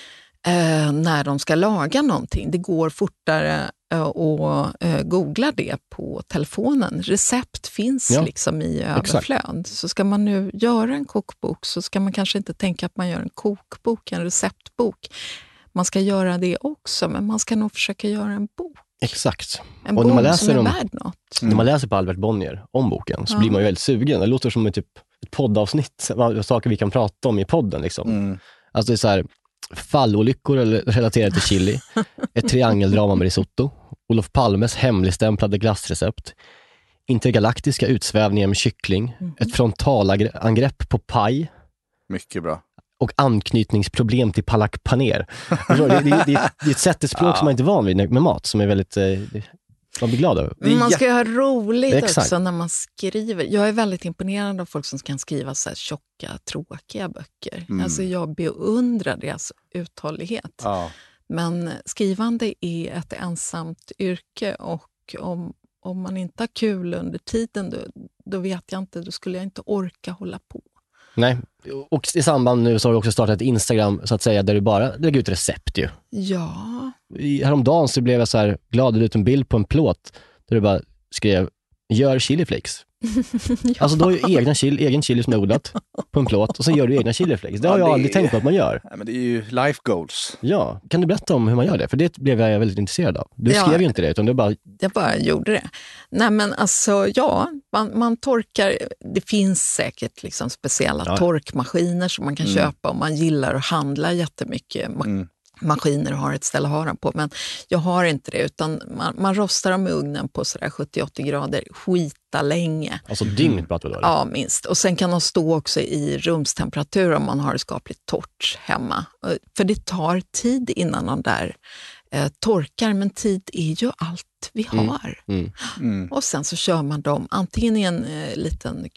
eh, när de ska laga någonting. Det går fortare eh, att eh, googla det på telefonen. Recept finns ja. liksom i överflöd. Exakt. Så ska man nu göra en kokbok så ska man kanske inte tänka att man gör en kokbok, en receptbok. Man ska göra det också, men man ska nog försöka göra en bok. Exakt. En bok som är om, värd något. När man läser på Albert Bonnier om boken så ja. blir man ju väldigt sugen. Det låter som ett, typ, ett poddavsnitt, saker vi kan prata om i podden. Liksom. Mm. Alltså det är så här, fallolyckor relaterade till chili, ett triangeldrama med risotto, Olof Palmes hemligstämplade glassrecept, intergalaktiska utsvävningar med kyckling, mm. ett frontalangrepp på paj. Mycket bra. Och anknytningsproblem till palak paner. det, det, det, det är ett sätt, ett språk ja. som man inte är van vid med mat, som är väldigt, eh, man blir glad över. Men man ska ju ha roligt Exakt. också när man skriver. Jag är väldigt imponerad av folk som kan skriva så här tjocka, tråkiga böcker. Mm. Alltså jag beundrar deras uthållighet. Ja. Men skrivande är ett ensamt yrke och om, om man inte har kul under tiden då, då vet jag inte, då skulle jag inte orka hålla på. Nej, och i samband nu så har du också startat ett Instagram så att säga där du bara lägger ut recept ju. Ja. I, häromdagen så blev jag så här glad ut en bild på en plåt där du bara skrev gör chiliflakes. ja. Alltså då har ju egna chili, egen chili som du har odlat på en plåt och så gör du egna chiliflakes. Det har ja, jag det aldrig är... tänkt på att man gör. Nej, men det är ju life goals. Ja, kan du berätta om hur man gör det? För det blev jag väldigt intresserad av. Du ja. skrev ju inte det utan du bara... Jag bara gjorde det. Nej men alltså ja, man, man torkar, det finns säkert liksom speciella ja. torkmaskiner som man kan mm. köpa om man gillar att handla jättemycket. Ma- mm. maskiner har ett ställe att ha dem på, men jag har inte det utan man, man rostar dem i ugnen på sådär sjuttio till åttio grader skita länge. Alltså dygnet pratar vi då? Ja, minst. Och sen kan de stå också i rumstemperatur om man har det skapligt torrt hemma. För det tar tid innan de där eh, torkar, men tid är ju allt vi har. Mm. Mm. Mm. Och sen så kör man dem antingen i en eh, liten krydd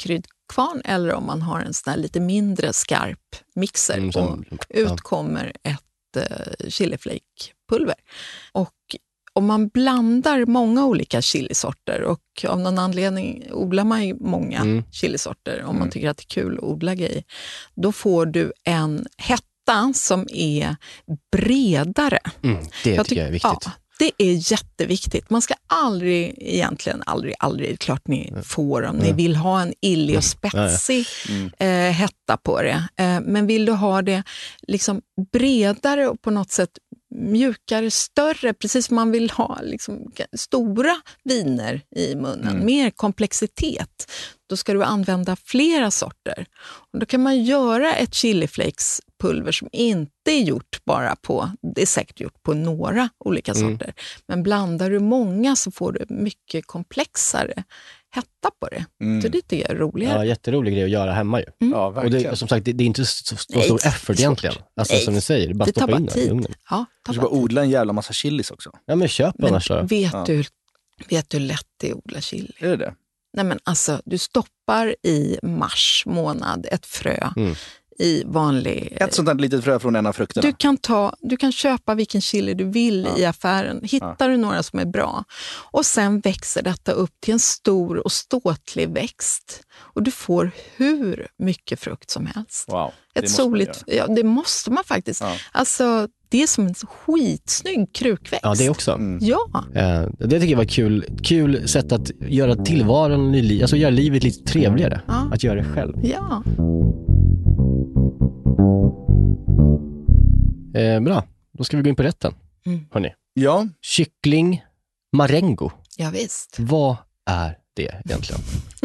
tjockkvarn eller om man har en sån här lite mindre skarp mixer. Mm, som, och ut kommer ett uh, chiliflakepulver. Och om man blandar många olika chilisorter, och av någon anledning odlar man ju många mm. chilisorter om mm. man tycker att det är kul att odla grejer, då får du en hetta som är bredare. Mm, det jag tycker jag är viktigt. Ja, det är jätteviktigt. Man ska aldrig, egentligen aldrig, aldrig, klart ni mm. får om mm. ni vill ha en illig och spetsig mm. eh, hetta på det. Eh, men vill du ha det liksom bredare och på något sätt mjukare, större, precis som man vill ha liksom, stora viner i munnen, mm. mer komplexitet, då ska du använda flera sorter. Och då kan man göra ett chiliflakespulver som inte är gjort bara på, det är säkert gjort på några olika sorter, mm. men blandar du många så får du mycket komplexare hetta på det. Mm. Så det tycker jag är roligare. Ja, jätterolig grej att göra hemma ju. Mm. Ja, verkligen. Och det, som sagt, det, det är inte så, så stor effort egentligen. Alltså Nej. som ni säger, bara det stoppa bara in det i ugnen. Ja, du ska bara odla en jävla massa chilis också. Ja, men köp men annars då. Vet, ja. du, vet du hur lätt det är att odla chili? Är det det? Nej, men alltså, du stoppar i mars månad ett frö mm. i vanlig... Ett sånt där litet frö från en av frukterna. Du kan, ta, du kan köpa vilken chili du vill ja. i affären. Hittar ja. du några som är bra. Och sen växer detta upp till en stor och ståtlig växt. Och du får hur mycket frukt som helst. Wow. Ett det soligt, ja, det måste man faktiskt. Ja. Alltså, det är som en skitsnygg krukväxt. Ja, det också. Mm. Ja. Eh, det tycker jag var kul. Kul sätt att göra tillvaron, alltså göra livet lite trevligare. Ja. Att göra det själv. Ja. Eh, bra, då ska vi gå in på rätten. Mm. Hörrni. Ja. Kyckling marengo. Ja, visst. Vad är det egentligen?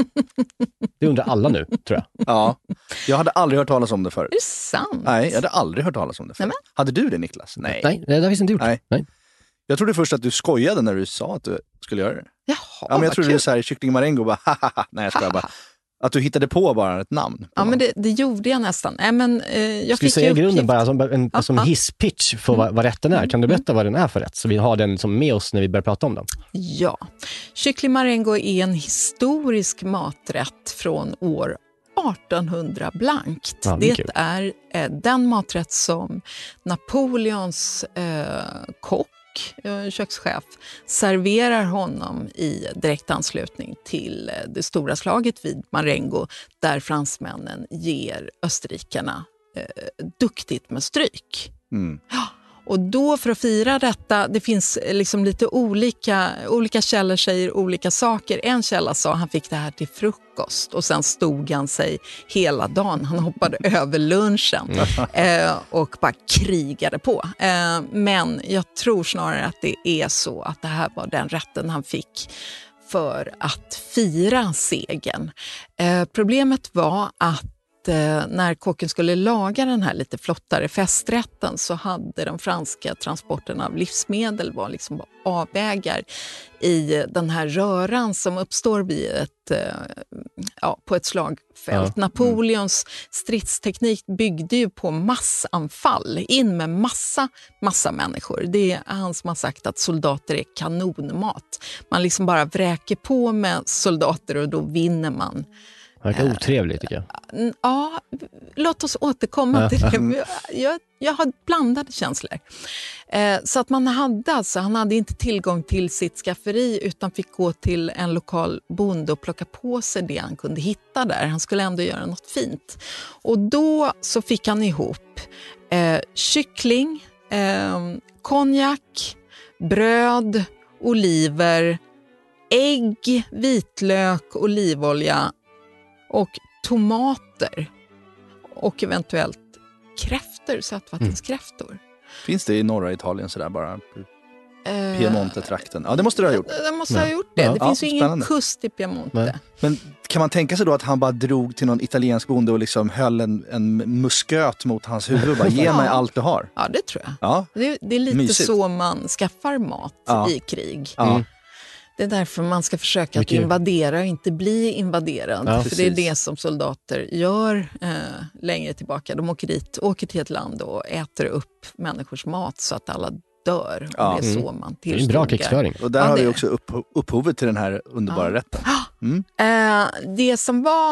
Det undrar alla nu, tror jag. Ja, jag hade aldrig hört talas om det förut. Är det sant? Nej, jag hade aldrig hört talas om det förut. Nej, hade du det, Niklas? Nej. Nej, det har vi inte gjort. Nej. Nej. Jag trodde först att du skojade när du sa att du skulle göra det. Jaha, ja, men jag trodde du så här, kyckling marengo, bara haha. Nej, jag skojar bara. Att du hittade på bara ett namn. Ja, men det, det gjorde jag nästan. Nej, men, eh, jag Ska vi säga uppgift. grunden bara som en ja, som ja. hisspitch för vad, vad rätten är? Kan du berätta vad den är för rätt? Så vi har den som med oss när vi börjar prata om den. Ja, kyckling marengo är en historisk maträtt från år artonhundra blankt. Ja, det det är eh, den maträtt som Napoleons eh, kock, kökschef, serverar honom i direkt anslutning till det stora slaget vid Marengo, där fransmännen ger österrikarna eh, duktigt med stryk. Mm. Ja, och då för att fira detta, det finns liksom lite olika, olika källor säger olika saker. En källa sa han fick det här till frukost och sen stod han sig hela dagen. Han hoppade över lunchen eh, och bara krigade på. Eh, men jag tror snarare att det är så att det här var den rätten han fick för att fira segern. Eh, problemet var att när kocken skulle laga den här lite flottare festrätten så hade de franska transporterna av livsmedel var liksom avvägar i den här röran som uppstår vid ett, ja, på ett slagfält. Ja. Napoleons stridsteknik byggde ju på massanfall, in med massa, massa människor. Det är han som har sagt att soldater är kanonmat. Man liksom bara vräker på med soldater och då vinner man. Det verkar otrevligt tycker jag. Ja, låt oss återkomma till det. Jag, jag har blandade känslor. Så att man hade alltså, han hade inte tillgång till sitt skafferi utan fick gå till en lokal bonde och plocka på sig det han kunde hitta där. Han skulle ändå göra något fint. Och då så fick han ihop eh, kyckling, eh, konjak, bröd, oliver, ägg, vitlök, olivolja och tomater och eventuellt kräftor, sötvattenskräftor. Mm. Finns det i norra Italien sådär bara? Piemonte-trakten. Ja, det måste du ha gjort. Det måste ha gjort det. Det ja, finns ja, ju ingen spännande. Kust i Piemonte. Nej. Men kan man tänka sig då att han bara drog till någon italiensk bonde och liksom höll en, en musköt mot hans huvud och bara, ge mig allt du har? Ja, det tror jag. Ja. Det, det är lite Mysigt. Så man skaffar mat ja. I krig. Ja. Mm. Det är därför man ska försöka att invadera och inte bli invaderad. Ja, för precis. det är det som soldater gör eh, längre tillbaka. De åker dit, åker till ett land och äter upp människors mat så att alla dör. Ja. Och det är så man tillstångar. Det är en bra krigsföring. Och där ja, har det... vi också upp, upphovet till den här underbara ja. rätten. Mm. Eh, det som var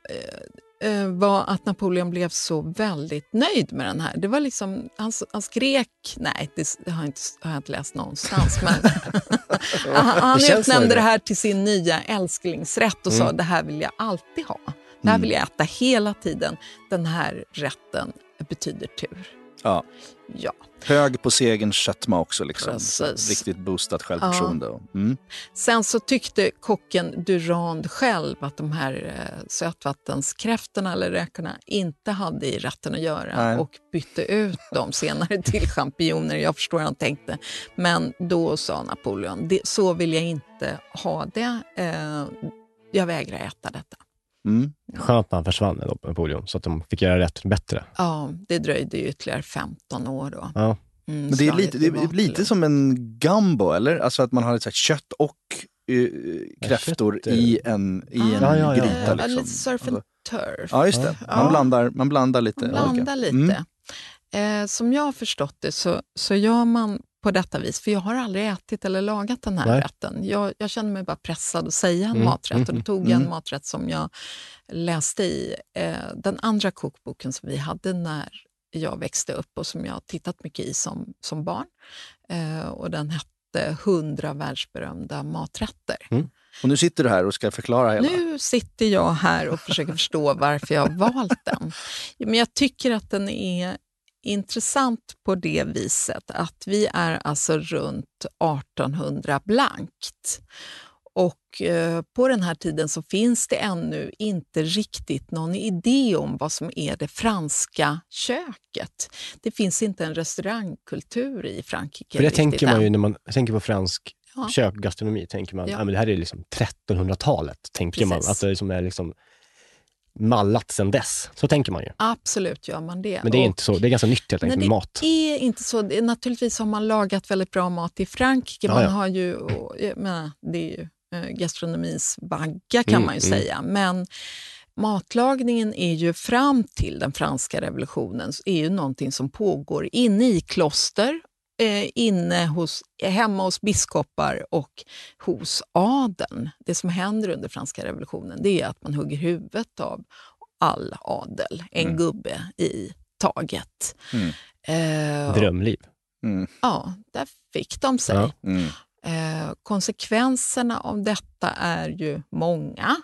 eh, var att Napoleon blev så väldigt nöjd med den här. Det var liksom, han, han skrek, nej det, det har, jag inte, har jag inte läst någonstans, men han, han det utnämnde det här till sin nya älsklingsrätt och mm. sa det här vill jag alltid ha. Det här vill jag äta hela tiden. Den här rätten betyder tur. Ja. Ja. Hög på segerns sötma också. Liksom. Riktigt boostat självförtroende. Ja. Mm. Sen så tyckte kocken Durand själv att de här eh, sötvattenskräftorna eller räkorna inte hade i rätten att göra. Nej. Och bytte ut dem senare till champinjoner. Jag förstår hur han tänkte. Men då sa Napoleon, det, så vill jag inte ha det. Eh, jag vägrar äta detta. Mm. Skönt när han försvann då på Napoleon så att de fick göra rätt bättre. Ja, det dröjde ju ytterligare femton år då. Ja. Mm, men det är lite, det är lite som en gumbo, eller? Alltså att man har ett kött och uh, kräftor kött, i en, i en ja, ja, ja. gryta. Ja, liksom. Lite surf and turf. Ja, just det. Man, ja. blandar, man blandar lite. Man blandar lite. Mm. Eh, som jag har förstått det så, så gör man på detta vis, för jag har aldrig ätit eller lagat den här Nej. rätten. Jag, jag känner mig bara pressad att säga en mm. maträtt och då tog jag en mm. maträtt som jag läste i eh, den andra kokboken som vi hade när jag växte upp och som jag tittat mycket i som, som barn. Eh, och den hette hundra världsberömda maträtter. Mm. Och nu sitter du här och ska förklara hela. Nu sitter jag här och försöker förstå varför jag har valt den. Men jag tycker att den är intressant på det viset att vi är alltså runt artonhundra blankt. Och eh, på den här tiden så finns det ännu inte riktigt någon idé om vad som är det franska köket. Det finns inte en restaurangkultur i Frankrike. För det tänker man ju när man tänker på fransk ja. kök, gastronomi, tänker man, ja. ah, men det här är liksom trettonhundratalet, tänker Precis. man. Att det liksom är liksom mallat sedan dess. Så tänker man ju. Absolut gör man det. Men det är och, inte så. Det är ganska nytt helt enkelt med mat. Det är inte så. Det är, naturligtvis har man lagat väldigt bra mat i Frankrike. Man ja, ja. har ju, och, jag menar, det är ju eh, gastronomins vagga kan mm, man ju mm. säga. Men matlagningen är ju fram till den franska revolutionen är ju någonting som pågår inne i kloster, eh, inne hos, hemma hos biskopar och hos adeln. Det som händer under franska revolutionen det är att man hugger huvudet av all adel, en mm. gubbe i taget. Mm. Eh, Drömliv. Mm. Ja, där fick de sig. Ja. Mm. Eh, konsekvenserna av detta är ju många.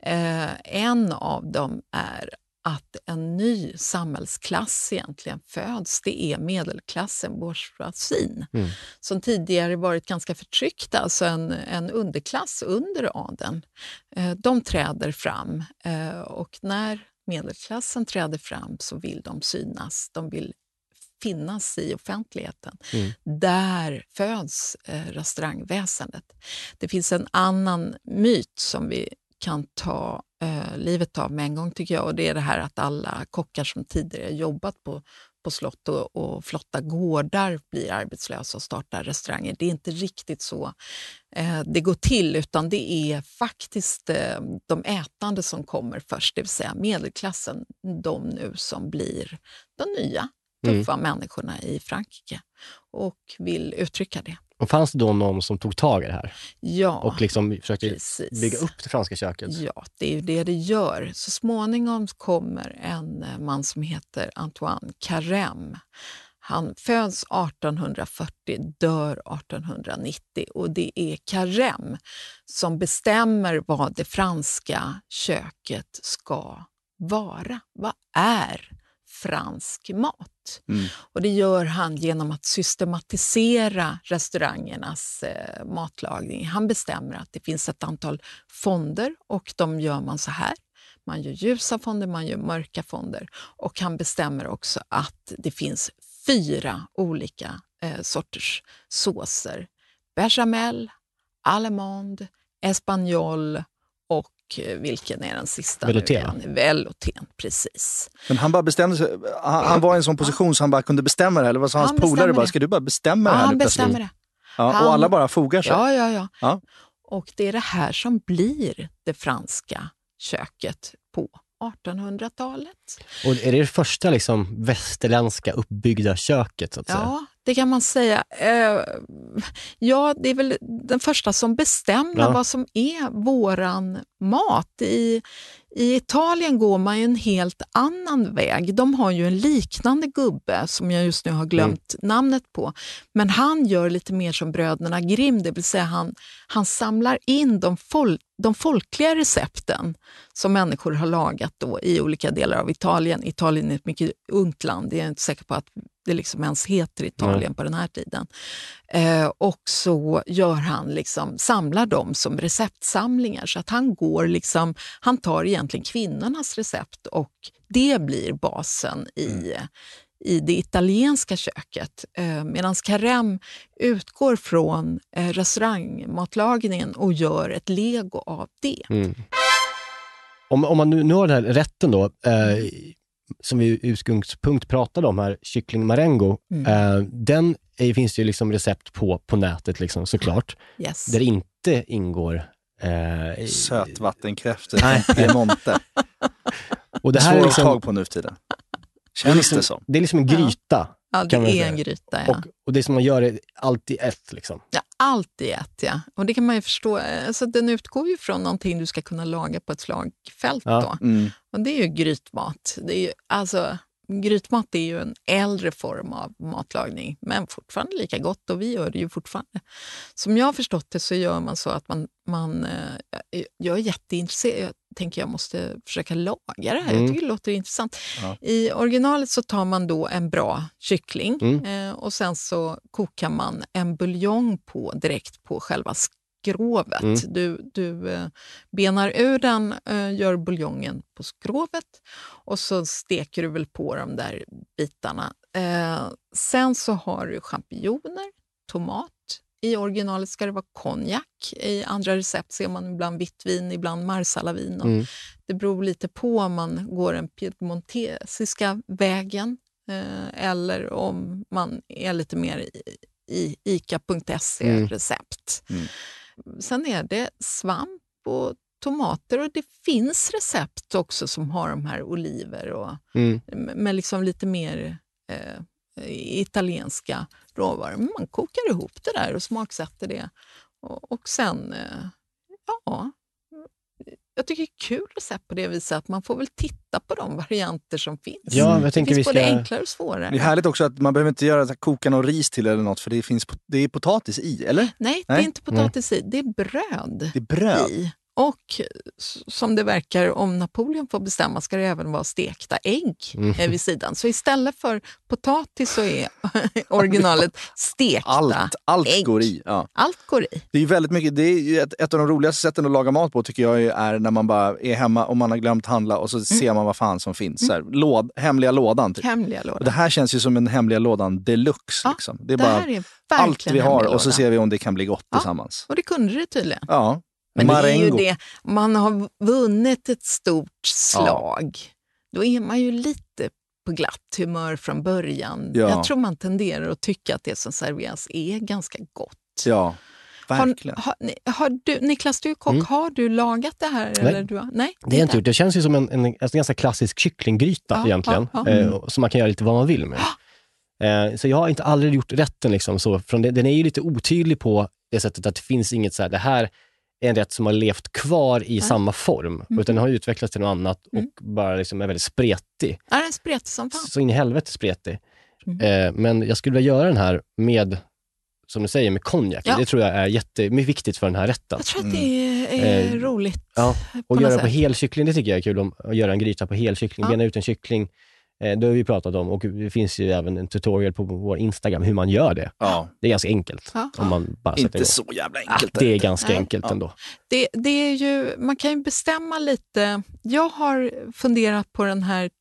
Eh, en av dem är att en ny samhällsklass egentligen föds. Det är medelklassen, bourgeoisien, mm. som tidigare varit ganska förtryckta, alltså en, en underklass under adeln. Eh, de träder fram eh, och när medelklassen träder fram så vill de synas, de vill finnas i offentligheten. Mm. Där föds eh, restaurangväsendet. Det finns en annan myt som vi kan ta eh, livet av med en gång tycker jag, och det är det här att alla kockar som tidigare jobbat på, på slott och, och flotta gårdar blir arbetslösa och startar restauranger. Det är inte riktigt så eh, det går till, utan det är faktiskt eh, de ätande som kommer först, det vill säga medelklassen, de nu som blir de nya tuffa mm. människorna i Frankrike och vill uttrycka det. Och fanns det då någon som tog tag i det här? Ja, och liksom försökte precis. bygga upp det franska köket? Ja, det är ju det det gör. Så småningom kommer en man som heter Antoine Carême. Han föds artonhundrafyrtio, dör artonhundranittio och det är Carême som bestämmer vad det franska köket ska vara. Vad är fransk mat? Mm. Och det gör han genom att systematisera restaurangernas eh, matlagning. Han bestämmer att det finns ett antal fonder och de gör man så här. Man gör ljusa fonder, man gör mörka fonder. Och han bestämmer också att det finns fyra olika eh, sorters såser. Bechamel, allemande, espagnol och vilken är den sista? Velouté. Velouté, precis. Men han bara bestämde sig, han, han var i en sån position ja. så han bara kunde bestämma det, eller vad sa hans polare bara, ska du bara bestämma ja, det här han nu bestämmer det. Ja, han, och alla bara fogar sig. Ja, ja, ja, ja. Och det är det här som blir det franska köket på artonhundratalet. Och är det det första liksom västerländska uppbyggda köket så att ja, säga? det kan man säga. Eh, ja, det är väl den första som bestämmer ja. vad som är våran mat. I, I Italien går man ju en helt annan väg. De har ju en liknande gubbe som jag just nu har glömt mm. namnet på. Men han gör lite mer som bröderna Grimm, det vill säga han, han samlar in de, fol, de folkliga recepten som människor har lagat då i olika delar av Italien. Italien är ett mycket ungt land, jag är inte säker på att det liksom ens heter Italien mm. på den här tiden. Eh, och så gör han liksom, samlar dem som receptsamlingar, så att han går liksom, han tar egentligen kvinnornas recept och det blir basen i, mm. i det italienska köket. Eh, Medan Carême utgår från eh, restaurangmatlagningen och gör ett lego av det. Mm. Om, om man nu, nu har den här rätten då, eh, som vi i utgångspunkt pratade om här, kyckling marengo, mm. eh, den är, finns det ju liksom recept på på nätet liksom, såklart. Yes. Där inte ingår eh, sötvattenkräftor från Piemonte. Och det här är liksom, tag på nu för tiden. Känns det, liksom, det som? Det är liksom en gryta. Ja, det är en gryta, ja. Och, och det som man gör är allt i ett liksom. Ja, allt i ett, ja. Och det kan man ju förstå. Alltså, den utgår ju från någonting du ska kunna laga på ett slagfält ja. då. Mm. Och det är ju grytmat. Det är ju, alltså, grytmat är ju en äldre form av matlagning, men fortfarande lika gott, och vi gör det ju fortfarande. Som jag har förstått det så gör man så att man, man jag är jätteintresserad, jag tänker jag måste försöka laga det här, mm. jag tycker det låter intressant. Ja. I originalet så tar man då en bra kyckling mm. eh, och sen så kokar man en buljong på direkt på själva skrovet. Mm. Du, du eh, benar ur den, eh, gör buljongen på skrovet och så steker du väl på de där bitarna. Eh, sen så har du champinjoner, tomat. I originalet ska det vara konjak. I andra recept ser man ibland vitt vin, ibland marsalavin. Mm. Det beror lite på om man går den piemontesiska vägen eh, eller om man är lite mer i, i ica punkt se-recept. Mm. Mm. Sen är det svamp och tomater, och det finns recept också som har de här oliver och mm. med liksom lite mer eh, italienska råvaror. Man kokar ihop det där och smaksätter det. Och, och sen, eh, ja, jag tycker det är kul recept på det viset att man får väl titta på de varianter som finns. Ja, jag det tänker finns vi ska... både enklare och svårare. Det är härligt också att man behöver inte göra så koka någon ris till eller något, för det finns det är potatis i, eller? Nej, Nej? det är inte potatis Nej. i. Det är bröd, det är bröd. i. Och som det verkar, om Napoleon får bestämma, ska det även vara stekta ägg mm. vid sidan. Så istället för potatis så är originalet stekta allt, allt ägg. går i. Ja. Allt går i. Det är ju väldigt mycket, det är ju ett, ett av de roligaste sätten att laga mat på, tycker jag, är när man bara är hemma och man har glömt handla och så mm. ser man vad fan som finns. Mm. Så här, låd, hemliga lådan. Typ. Hemliga lådan. Och det här känns ju som en hemliga lådan deluxe. Ja, liksom. Det är det bara är allt vi har och så ser vi om det kan bli gott ja, tillsammans. Och det kunde det tydligen. Ja. Men Marengo. det är ju det, man har vunnit ett stort slag. Ja. Då är man ju lite på glatt humör från början. Ja. Jag tror man tenderar att tycka att det som serveras är ganska gott. Ja, verkligen. Har, har, har du, Niklas, du är kock, mm. har du lagat det här? Nej, eller du har, nej det är inte gjort. Det känns ju som en, en, en ganska klassisk kycklinggryta ja, egentligen. Ja, ja. Eh, som man kan göra lite vad man vill med. Eh, så jag har inte aldrig gjort rätten liksom så. Från det, den är ju lite otydlig på det sättet att det finns inget så här, det här en rätt som har levt kvar i ja. samma form. Mm. Utan den har utvecklats till något annat och mm. bara liksom är väldigt spretig. Ja, den är spretig som fan. Så in i helvete spretig. Mm. Eh, men jag skulle vilja göra den här med, som du säger, med konjak. Ja. Det tror jag är jätteviktigt för den här rätten. Jag tror att det är mm. roligt. Ja. Och göra sätt. på helkyckling, det tycker jag är kul. Om, att göra en gryta på helkyckling, ja. bena ut en kyckling. Det har vi pratat om, och det finns ju även en tutorial på vår Instagram hur man gör det. Ja. Det är ganska enkelt. Ja. Om man bara inte igång. så jävla enkelt. Ah, det är ganska Nej. enkelt ja. ändå. Det, det är ju, man kan ju bestämma lite. Jag har funderat på den här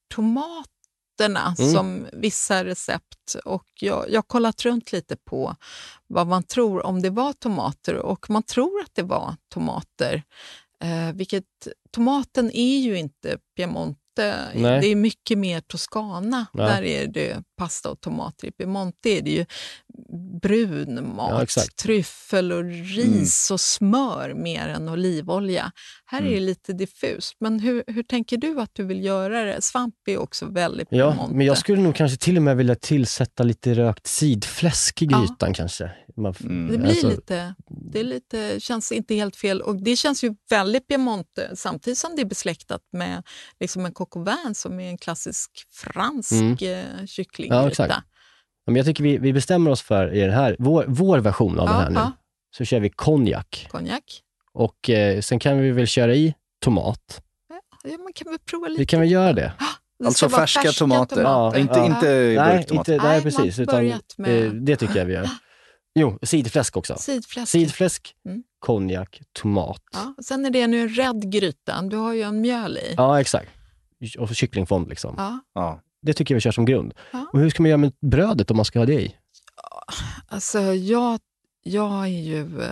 tomaterna mm. som vissa recept, och jag jag har kollat runt lite på vad man tror om det var tomater, och man tror att det var tomater. Eh, vilket tomaten är ju inte Piemonte. Nej. Det är mycket mer Toscana. Nej. Där är det pasta och tomater. I Piemonte är det ju brun mat, ja, tryffel och ris mm. och smör mer än olivolja. Här mm. är det lite diffust. Men hur, hur tänker du att du vill göra det? Svamp är också väldigt Ja, Piemonte. Men jag skulle nog kanske till och med vilja tillsätta lite rökt sidfläsk i grytan ja. kanske. Man, mm. Det blir alltså, lite, det är lite, känns inte helt fel. Och det känns ju väldigt Piemonte, samtidigt som det är besläktat med liksom en coq au vin som är en klassisk fransk mm. kycklinggryta. Ja, exakt. Men jag tycker vi, vi bestämmer oss för i den här, vår, vår version av ja, den här nu. Ja. Så kör vi konjak. Konjak. Och eh, sen kan vi väl köra i tomat. Ja, man kan väl prova lite. Vi kan väl göra det. det alltså färska, färska tomater. tomater. Ja, inte, ja. inte burktomater. Nej, nej, precis. Utan, med... eh, det tycker jag vi gör. Jo, sidfläsk också. Sidfläsk, sidfläsk mm. konjak, tomat. Ja, sen är det nu en rädd gryta. Du har ju en mjöl i. Ja, exakt. Och kycklingfond liksom. Ja. Ja. Det tycker jag vi kör som grund. Ja. Och hur ska man göra med brödet om man ska ha det i? Alltså, jag, jag är ju...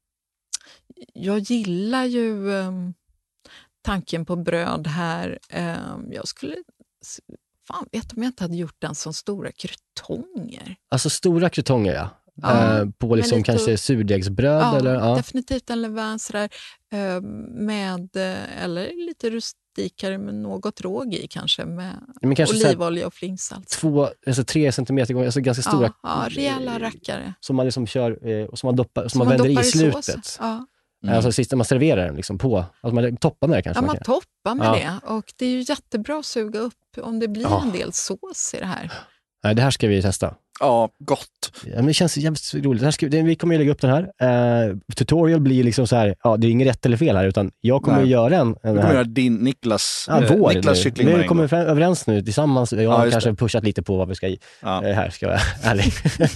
Jag gillar ju tanken på bröd här. Jag skulle... Fan, vet om jag inte hade gjort den som stora krutonger. Alltså stora krutonger, ja. Ja, uh, på liksom lite, kanske surdegsbröd ja, eller ja, definitivt en levain sådär uh, med eller lite rustikare med något råg i kanske med olivolja och flingsalt. Två, alltså tre centimeter gånger, alltså ganska stora. Ja, ja rejäla rackare. Som man liksom kör eh, och som man doppar, som, som man, man vänder i slutet. Ja. Mm. Alltså sist när man serverar den liksom på, alltså man toppar med det kanske. Ja, man, man toppar med ja. det och det är ju jättebra att suga upp om det blir ja. en del sås i det här. Nej, det här ska vi testa. Ja, gott. Ja, men det känns jävligt roligt. Det här ska, det, vi kommer att lägga upp den här. Uh, tutorial blir liksom så här, ja, det är inget rätt eller fel här, utan jag kommer att göra en. en du kommer göra din Niklas, ja, äh, vår Niklas kycklingmaräng. Vi kommer överens nu tillsammans. Jag har ja, kanske det. pushat lite på vad vi ska i. Ja. Uh, här ska jag vara ärlig.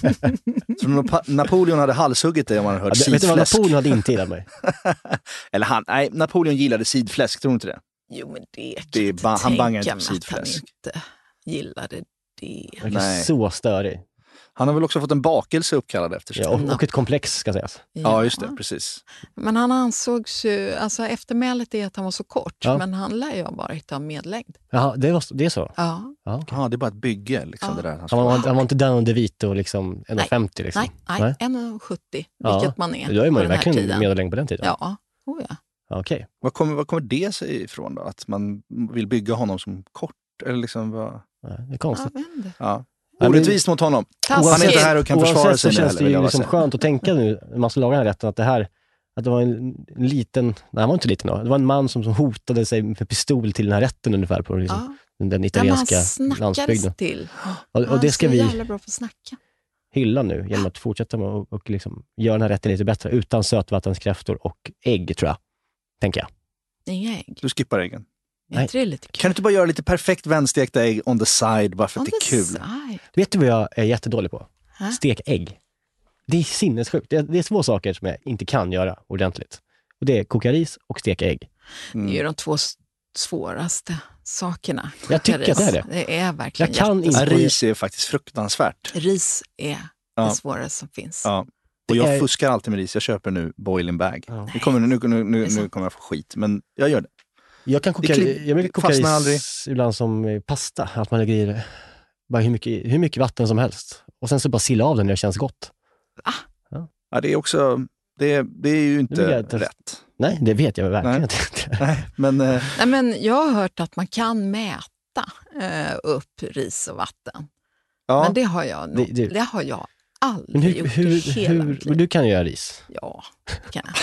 Så Nap- Napoleon hade halshuggit dig om man hade hört ja, sidfläsk. Vet du vad Napoleon hade inte gillat mig? Eller han, nej, Napoleon gillade sidfläsk, tror du inte det? Jo, men det kan det är inte ba- han bangar inte på sidfläsk. Han inte gillade det. Det är så störig. Han har väl också fått en bakelse uppkallad efter sig. Ja, och, och ett komplex ska sägas. Ja. ja, just det, precis. Men han ansågs ju, alltså eftermälet är att han var så kort, ja. men han lär ju bara hitta medlängd. Ja, det, var, det är så? Ja. Ja, okay. ja, det är bara ett bygge liksom ja. det där. Han, han, var, han var inte down de vito liksom en komma femtio liksom? Nej, nej, nej. en komma sjuttio, ja. vilket man är. Då är man ju verkligen medellängd på den tiden. Ja, oh, ja. Okay. Vad kommer, vad kommer det sig ifrån då? Att man vill bygga honom som kort? Eller liksom vad... Nej, det är konstigt. Ja. Orättvist mot honom. Taskigt. Han är inte här och kan försvara sig. Oavsett så känns det ju liksom skönt att tänka nu, när man ska laga den här rätten, att det här, att det var en liten, nej han var inte liten då, det var en man som, som hotade sig med pistol till den här rätten ungefär på liksom, ja. den italienska ja, landsbygden. Till. Och, och det ska vi jävla bra på att snacka. hylla nu genom att fortsätta med och, och liksom göra den här rätten lite bättre utan sötvattenskräftor och ägg, tror jag. Tänker jag. Inga ägg. Du skippar äggen. Nej. Det är lite kul. Kan du inte bara göra lite perfekt vänstekta ägg on the side bara för on att det är kul? Side. Vet du vad jag är jättedålig på? Hä? Stek ägg. Det är sinnessjukt. Det är, det är två saker som jag inte kan göra ordentligt. Och det är koka ris och steka ägg. Mm. Det är ju de två svåraste sakerna. Jag tycker ris. att det är det. Det är verkligen jag kan inte. Ris är faktiskt fruktansvärt. Ris är ja. det svåraste som finns. Ja. Och jag är... fuskar alltid med ris. Jag köper nu boiling bag. Ja. Nu, kommer, nu, nu, nu, nu kommer jag få skit, men jag gör det. Jag kan koka, klipp, jag brukar koka ris aldrig. ibland som pasta. Att man lägger i det. Bara hur mycket, hur mycket vatten som helst. Och sen så bara silla av den när det känns gott. Ah. Ja. ja, det är också... Det, det är ju inte är rätt. Nej, det vet jag verkligen Nej. inte. Nej, men, eh... Nej, men jag har hört att man kan mäta eh, upp ris och vatten. Ja. Men det har jag, nog, det, det... Det har jag aldrig men hur, gjort hur, i hela hur, mitt liv. Du kan göra ris. Ja, det kan jag.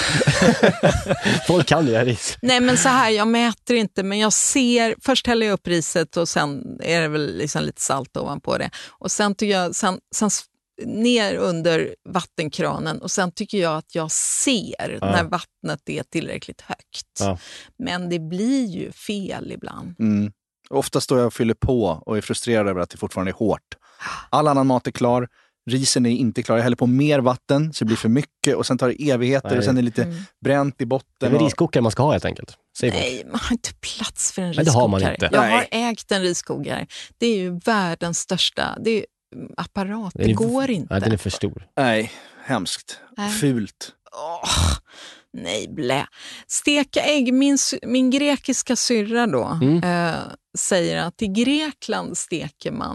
Folk kan göra ris. Nej, men så här, jag mäter inte, men jag ser, först häller jag upp riset och sen är det väl liksom lite salt ovanpå det. Och sen tycker jag, sen, sen ner under vattenkranen och sen tycker jag att jag ser ja. när vattnet är tillräckligt högt. Ja. Men det blir ju fel ibland. Mm. Ofta står jag och fyller på och är frustrerad över att det fortfarande är hårt. All annan mat är klar. Risen är inte klar. Jag häller på mer vatten så det blir för mycket och sen tar det evigheter Nej. och sen är det lite mm. bränt i botten. Det är och... riskokare man ska ha helt enkelt. Säg Nej, man har inte plats för en riskokare. Det har man inte. Jag Nej. har ägt en riskokare. Det är ju världens största. Det är apparat. Det, är, det går inte. Nej, den är för stor. Nej, hemskt. Nej. Fult. Oh, nej, blä. Steka ägg. Min, min grekiska syrra då mm. eh, säger att i Grekland steker man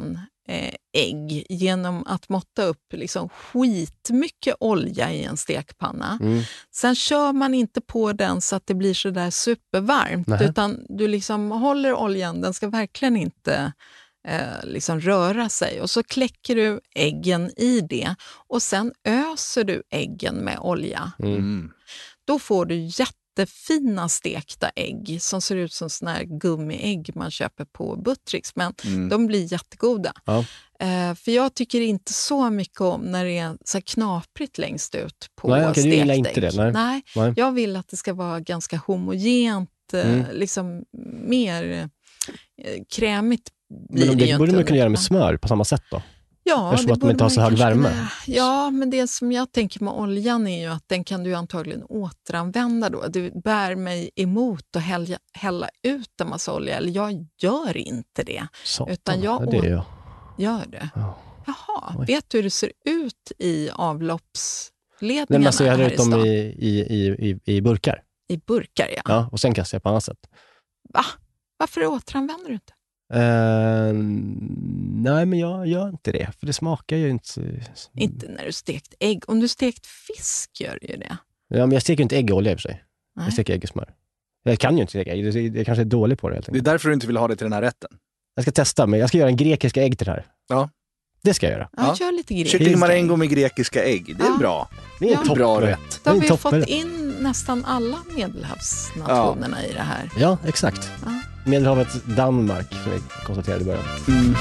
eh, ägg genom att måtta upp liksom skitmycket olja i en stekpanna. Mm. Sen kör man inte på den så att det blir så där supervarmt. Nähe. Utan du liksom håller oljan, den ska verkligen inte eh, liksom röra sig. Och så kläcker du äggen i det och sen öser du äggen med olja. Mm. Då får du jättefina stekta ägg som ser ut som såna här gummiägg man köper på Buttricks, men mm. de blir jättegoda. Ja. Eh, för jag tycker inte så mycket om när det är så här knaprigt längst ut på nej, okay, stekt ägg. Inte det, nej. Nej, nej, jag vill att det ska vara ganska homogent, mm. eh, liksom mer eh, krämigt. Men det, det borde man kunna göra med smör på samma sätt då? Ja, eftersom det att man inte har så hög värme. Kunna, ja, men det som jag tänker med oljan är ju att den kan du antagligen återanvända då. Du bär mig emot att hälla, hälla ut en massa olja, eller jag gör inte det. Satan, utan jag det är jag. Gör det? Ja. Jaha, oj. Vet du hur det ser ut i avloppsledningarna? Nej, men alltså jag hade ut dem i, i, i, i burkar. I burkar, ja. Ja, och sen kastar jag på annat sätt. Va? Varför återanvänder du inte? Uh, nej, men jag gör inte det. För det smakar ju inte... Inte när du stekt ägg. Om du stekt fisk gör ju det. Ja, men jag steker inte ägg i olja i och för sig. Nej. Jag steker ägg i smör. Jag kan ju inte steka ägg. Jag är kanske dålig på det helt enkelt. Det är därför du inte vill ha det till den här rätten. Jag ska testa, men jag ska göra en grekiska ägg till det här. Ja. Det ska jag göra. Ja, gör lite grekiska. Kyckling marengo med grekiska ägg. Det är ja. bra. Det är en ja. bra rätt. Då har vi fått in nästan alla medelhavsnationerna ja. i det här. Ja, exakt. Ja. Medelhavet Danmark, som vi konstaterade i början. Mm.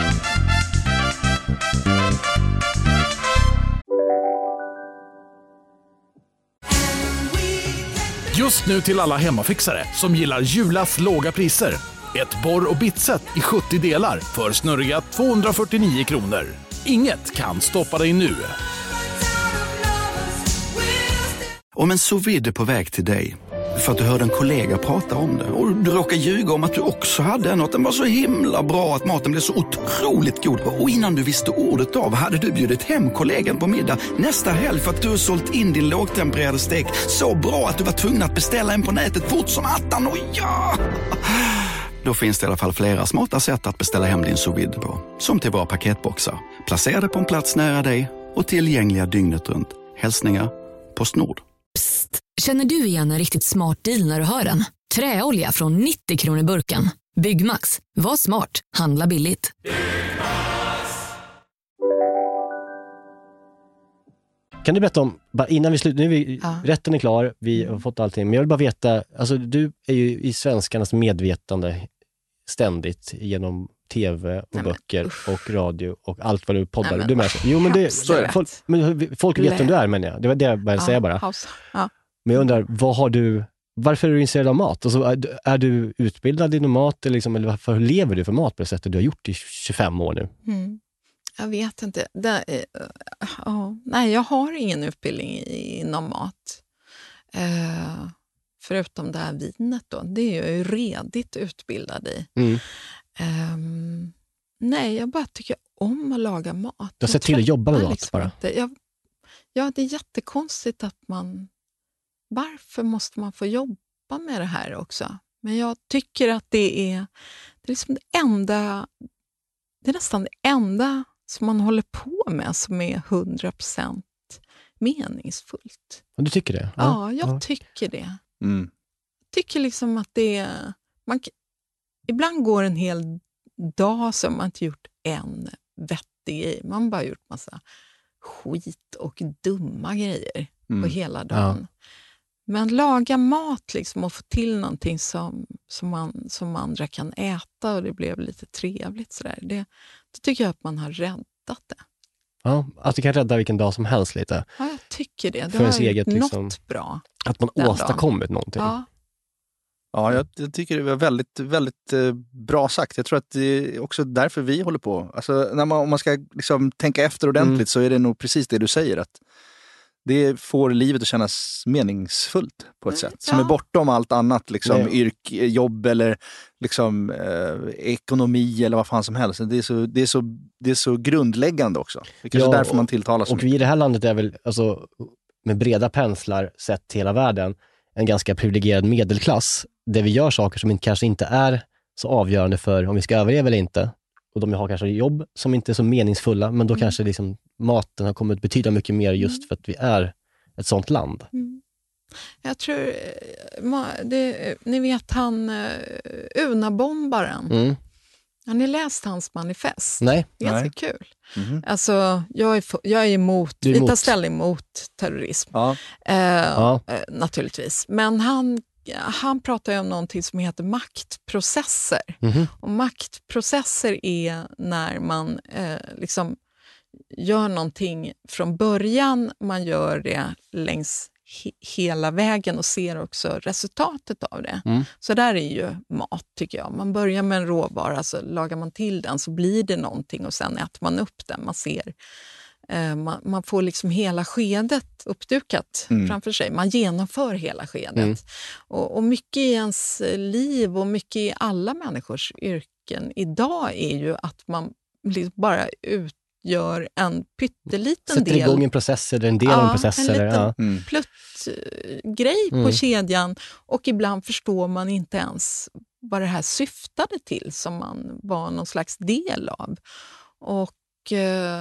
Just nu till alla hemmafixare som gillar Julas låga priser. Ett borr- och bitset i sjuttio delar för snurriga tvåhundrafyrtionio kronor. Inget kan stoppa dig nu. Om en sous vide är på väg till dig för att du hörde en kollega prata om det och du råkar ljuga om att du också hade en och att den var så himla bra att maten blev så otroligt god. Och innan du visste ordet av hade du bjudit hem kollegan på middag nästa helg för att du har sålt in din lågtempererade stek så bra att du var tvungen att beställa en på nätet fort som attan. Och ja! Då finns det i alla fall flera smarta sätt att beställa hem din sous vide på. Som till våra paketboxar, placerade på en plats nära dig och tillgängliga dygnet runt. Hälsningar Postnord. Psst, känner du igen en riktigt smart deal när du hör den? Träolja från nittio kronor burken. Byggmax, var smart, handla billigt. Kan du berätta om, bara innan vi slutar, nu är vi, ja. rätten är klar, vi har fått allting, men jag vill bara veta, alltså du är ju i svenskarnas medvetande ständigt genom tv och Nej, böcker men, och radio och allt vad du poddar. Nej, men, du med. Jo, men det, så är det. Folk, men folk vet vem du är, men ja. Det var det jag började ja, säga bara. Ja. Men jag undrar, vad har du, varför är du intresserad av mat? Alltså, är, är du utbildad inom mat eller, liksom, eller varför lever du för mat på det sättet du har gjort i tjugofem år nu? Mm. Jag vet inte. Det, uh, uh, nej, jag har ingen utbildning inom mat. Uh, förutom det här vinet då. Det är jag ju redigt utbildad i. Mm. Um, nej, jag bara tycker om att laga mat. Du har sett till att jobba med mat liksom bara? Jag, ja, det är jättekonstigt att man... Varför måste man få jobba med det här också? Men jag tycker att det är, det är liksom det enda... Det är nästan det enda som man håller på med som är hundra procent meningsfullt. Och du tycker det? Ja, ja jag ja. tycker det. Mm. Jag tycker liksom att det är... Man, ibland går en hel dag som man inte gjort en vettig grej. Man bara gjort massa skit och dumma grejer mm. på hela dagen. Ja. Men laga mat liksom och få till någonting som, som, man, som andra kan äta och det blev lite trevligt sådär. Det, det tycker jag att man har räddat det. Ja, att du kan rädda vilken dag som helst lite. Ja, jag tycker det. Det för har ens eget, något liksom, bra. Att man åstadkommit någonting. Ja. Ja, jag, jag tycker det var väldigt, väldigt eh, bra sagt. Jag tror att det är också därför vi håller på. Alltså, när man, om man ska liksom tänka efter ordentligt mm. så är det nog precis det du säger. Att det får livet att kännas meningsfullt på ett sätt. Ja. Som är bortom allt annat. Liksom, yrk, jobb eller liksom, eh, ekonomi eller vad fan som helst. Det är så, det är så, det är så grundläggande också. Det är kanske ja, därför man tilltalar så och mycket. Vi i det här landet är väl, alltså, med breda penslar sett till hela världen, en ganska privilegierad medelklass. Där vi gör saker som inte, kanske inte är så avgörande för om vi ska överleva eller inte. och de har kanske jobb som inte är så meningsfulla, men då mm. kanske liksom maten har kommit betyda mycket mer just mm. för att vi är ett sånt land. Mm. Jag tror, det, ni vet han Una-bombaren. Mm. Har ni läst hans manifest? Nej. Ganska Nej. kul. Mm. Alltså, jag är, jag är emot, är vi emot. tar ställning mot terrorism. Ja. Eh, ja. Naturligtvis. Men han, han pratar ju om någonting som heter maktprocesser. Mm. Och maktprocesser är när man eh, liksom gör någonting från början, man gör det längs hela vägen och ser också resultatet av det. Mm. Så där är ju mat, tycker jag. Man börjar med en råvara, så lagar man till den så blir det någonting och sen äter man upp den. Man ser, eh, man, man får liksom hela skedet uppdukat mm. framför sig. Man genomför hela skedet. Mm. Och, och mycket i ens liv och mycket i alla människors yrken idag är ju att man liksom bara ut gör en pytteliten Sätter del. Sätter igång en process eller en del ja, av en process. En liten eller, ja. mm. pluttgrej mm. på kedjan. Och ibland förstår man inte ens vad det här syftade till som man var någon slags del av. Och eh,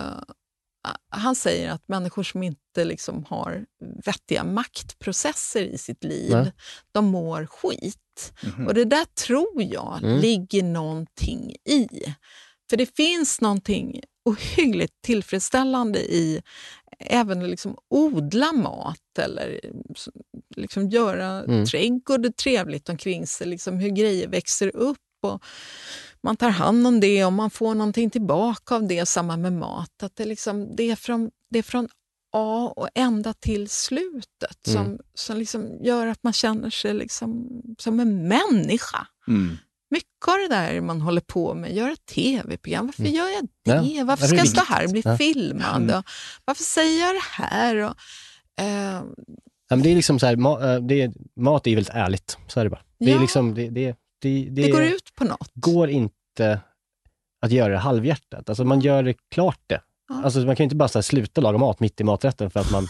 han säger att människor som inte liksom har vettiga maktprocesser i sitt liv, Nej. de mår skit. Mm. Och det där tror jag mm. ligger någonting i. För det finns någonting ohyggligt tillfredsställande i även att liksom odla mat eller liksom göra mm. trädgård trevligt omkring sig, liksom hur grejer växer upp och man tar hand om det och man får någonting tillbaka av det, samma med mat. Att det, liksom, det, är från, det är från A och ända till slutet mm. som, som liksom gör att man känner sig liksom som en människa. Mm. Mycket av det där man håller på med, göra tv-program. Varför mm. gör jag det? Ja, varför ska jag stå här och bli ja. filmad? Mm. Varför säger jag det här? Och, eh... ja, men det är liksom så här, ma- det är, mat är väldigt ärligt. Så är det bara. Det, ja. är liksom, det, det, det, det, det går ut på något. Går inte att göra det halvhjärtat. Alltså man gör det klart det. Ja. Alltså man kan ju inte bara så här, sluta laga mat mitt i maträtten för att man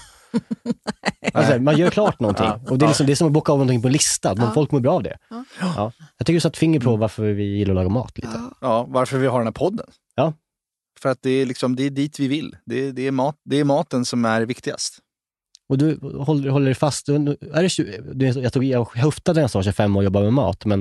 alltså, man gör klart någonting. Ja. Och det är, liksom, det är som att bocka av någonting på en lista. Ja. Folk mår bra av det. Ja. Ja. Jag tycker du satt finger på varför vi gillar att laga mat lite. Ja, ja varför vi har den här podden. Ja. För att det är, liksom, det är dit vi vill. Det är, det är, mat, det är maten som är viktigast. Och du håller, håller fast. Är det tjugo, jag, tog, jag höftade när jag sa tjugofem år och jobbade med mat. Men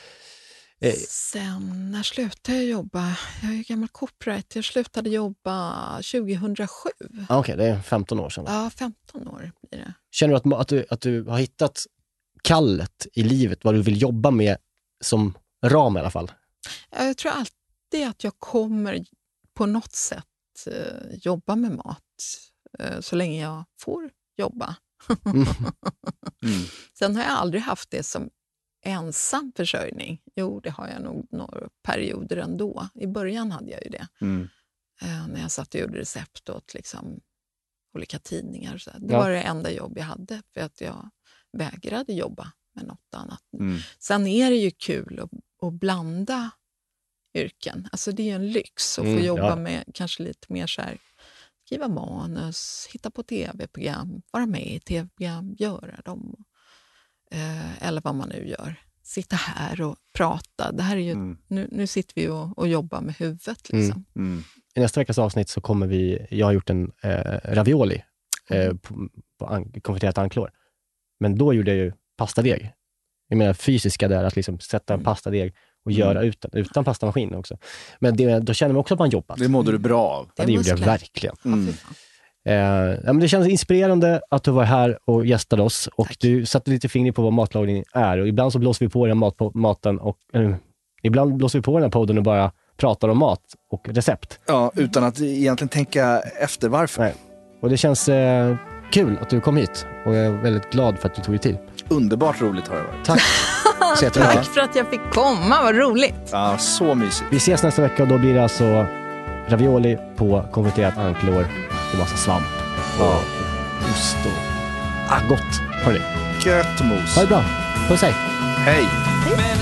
Eh. Sen när slutade jag jobba? Jag är ju gammal corporate. Jag slutade jobba tjugohundrasju. Ah, Okej, okay, det är femton år sedan. Ja, femton år blir det. Känner du att, att, du att du har hittat kallet i livet, vad du vill jobba med som ram i alla fall? Jag tror alltid att jag kommer på något sätt eh, jobba med mat eh, så länge jag får jobba. mm. Mm. Sen har jag aldrig haft det som ensam försörjning. Jo, det har jag nog några perioder ändå. I början hade jag ju det. Mm. Eh, när jag satt och gjorde recept åt liksom olika tidningar. Så det ja. var det enda jobb jag hade. För att jag vägrade jobba med något annat. Mm. Sen är det ju kul att, att blanda yrken. Alltså det är ju en lyx att mm, få jobba ja. med kanske lite mer så här, skriva manus, hitta på tv-program, vara med i tv-program, göra dem. Eller vad man nu gör. Sitta här och prata. Det här är ju, mm. nu, nu sitter vi och, och jobbar med huvudet. Liksom. Mm. Mm. I nästa veckas avsnitt så kommer vi, jag har gjort en eh, ravioli eh, på, på an, konfiterat anklor. Men då gjorde jag ju pastadeg. Jag menar fysiska där, att liksom sätta en pastadeg och mm. göra utan, utan pastamaskin också. Men det, då känner man också att man jobbat. Det mådde du bra av. Ja, det, det gjorde jag verkligen. Mm. Eh, ja, men det känns inspirerande att du var här och gästade oss och Tack. Du satte lite fingret på vad matlagning är och ibland så blåser vi på den mat på maten och eh, ibland blåser vi på den här podden och bara pratar om mat och recept. Ja, utan att egentligen tänka efter varför. Nej. Och det känns eh, kul att du kom hit och jag är väldigt glad för att du tog dig tid. Underbart roligt har det varit. Tack. Tack för att jag fick komma, vad roligt. Ja, så mysigt. Vi ses nästa vecka och då blir det alltså ravioli på konfiterat anklor och massa svamp och ja. ost och ah, gott. Hörrni. Gött mos. Ha det bra. Puss, hej. Hej. Hej.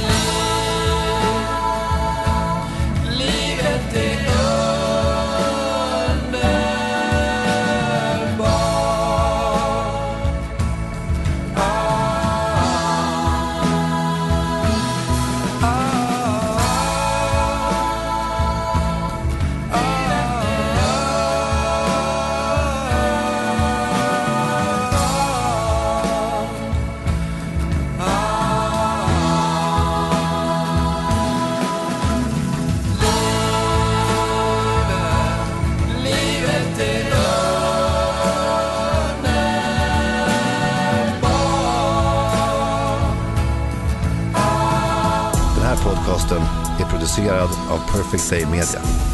producerad av Perfect Day Media.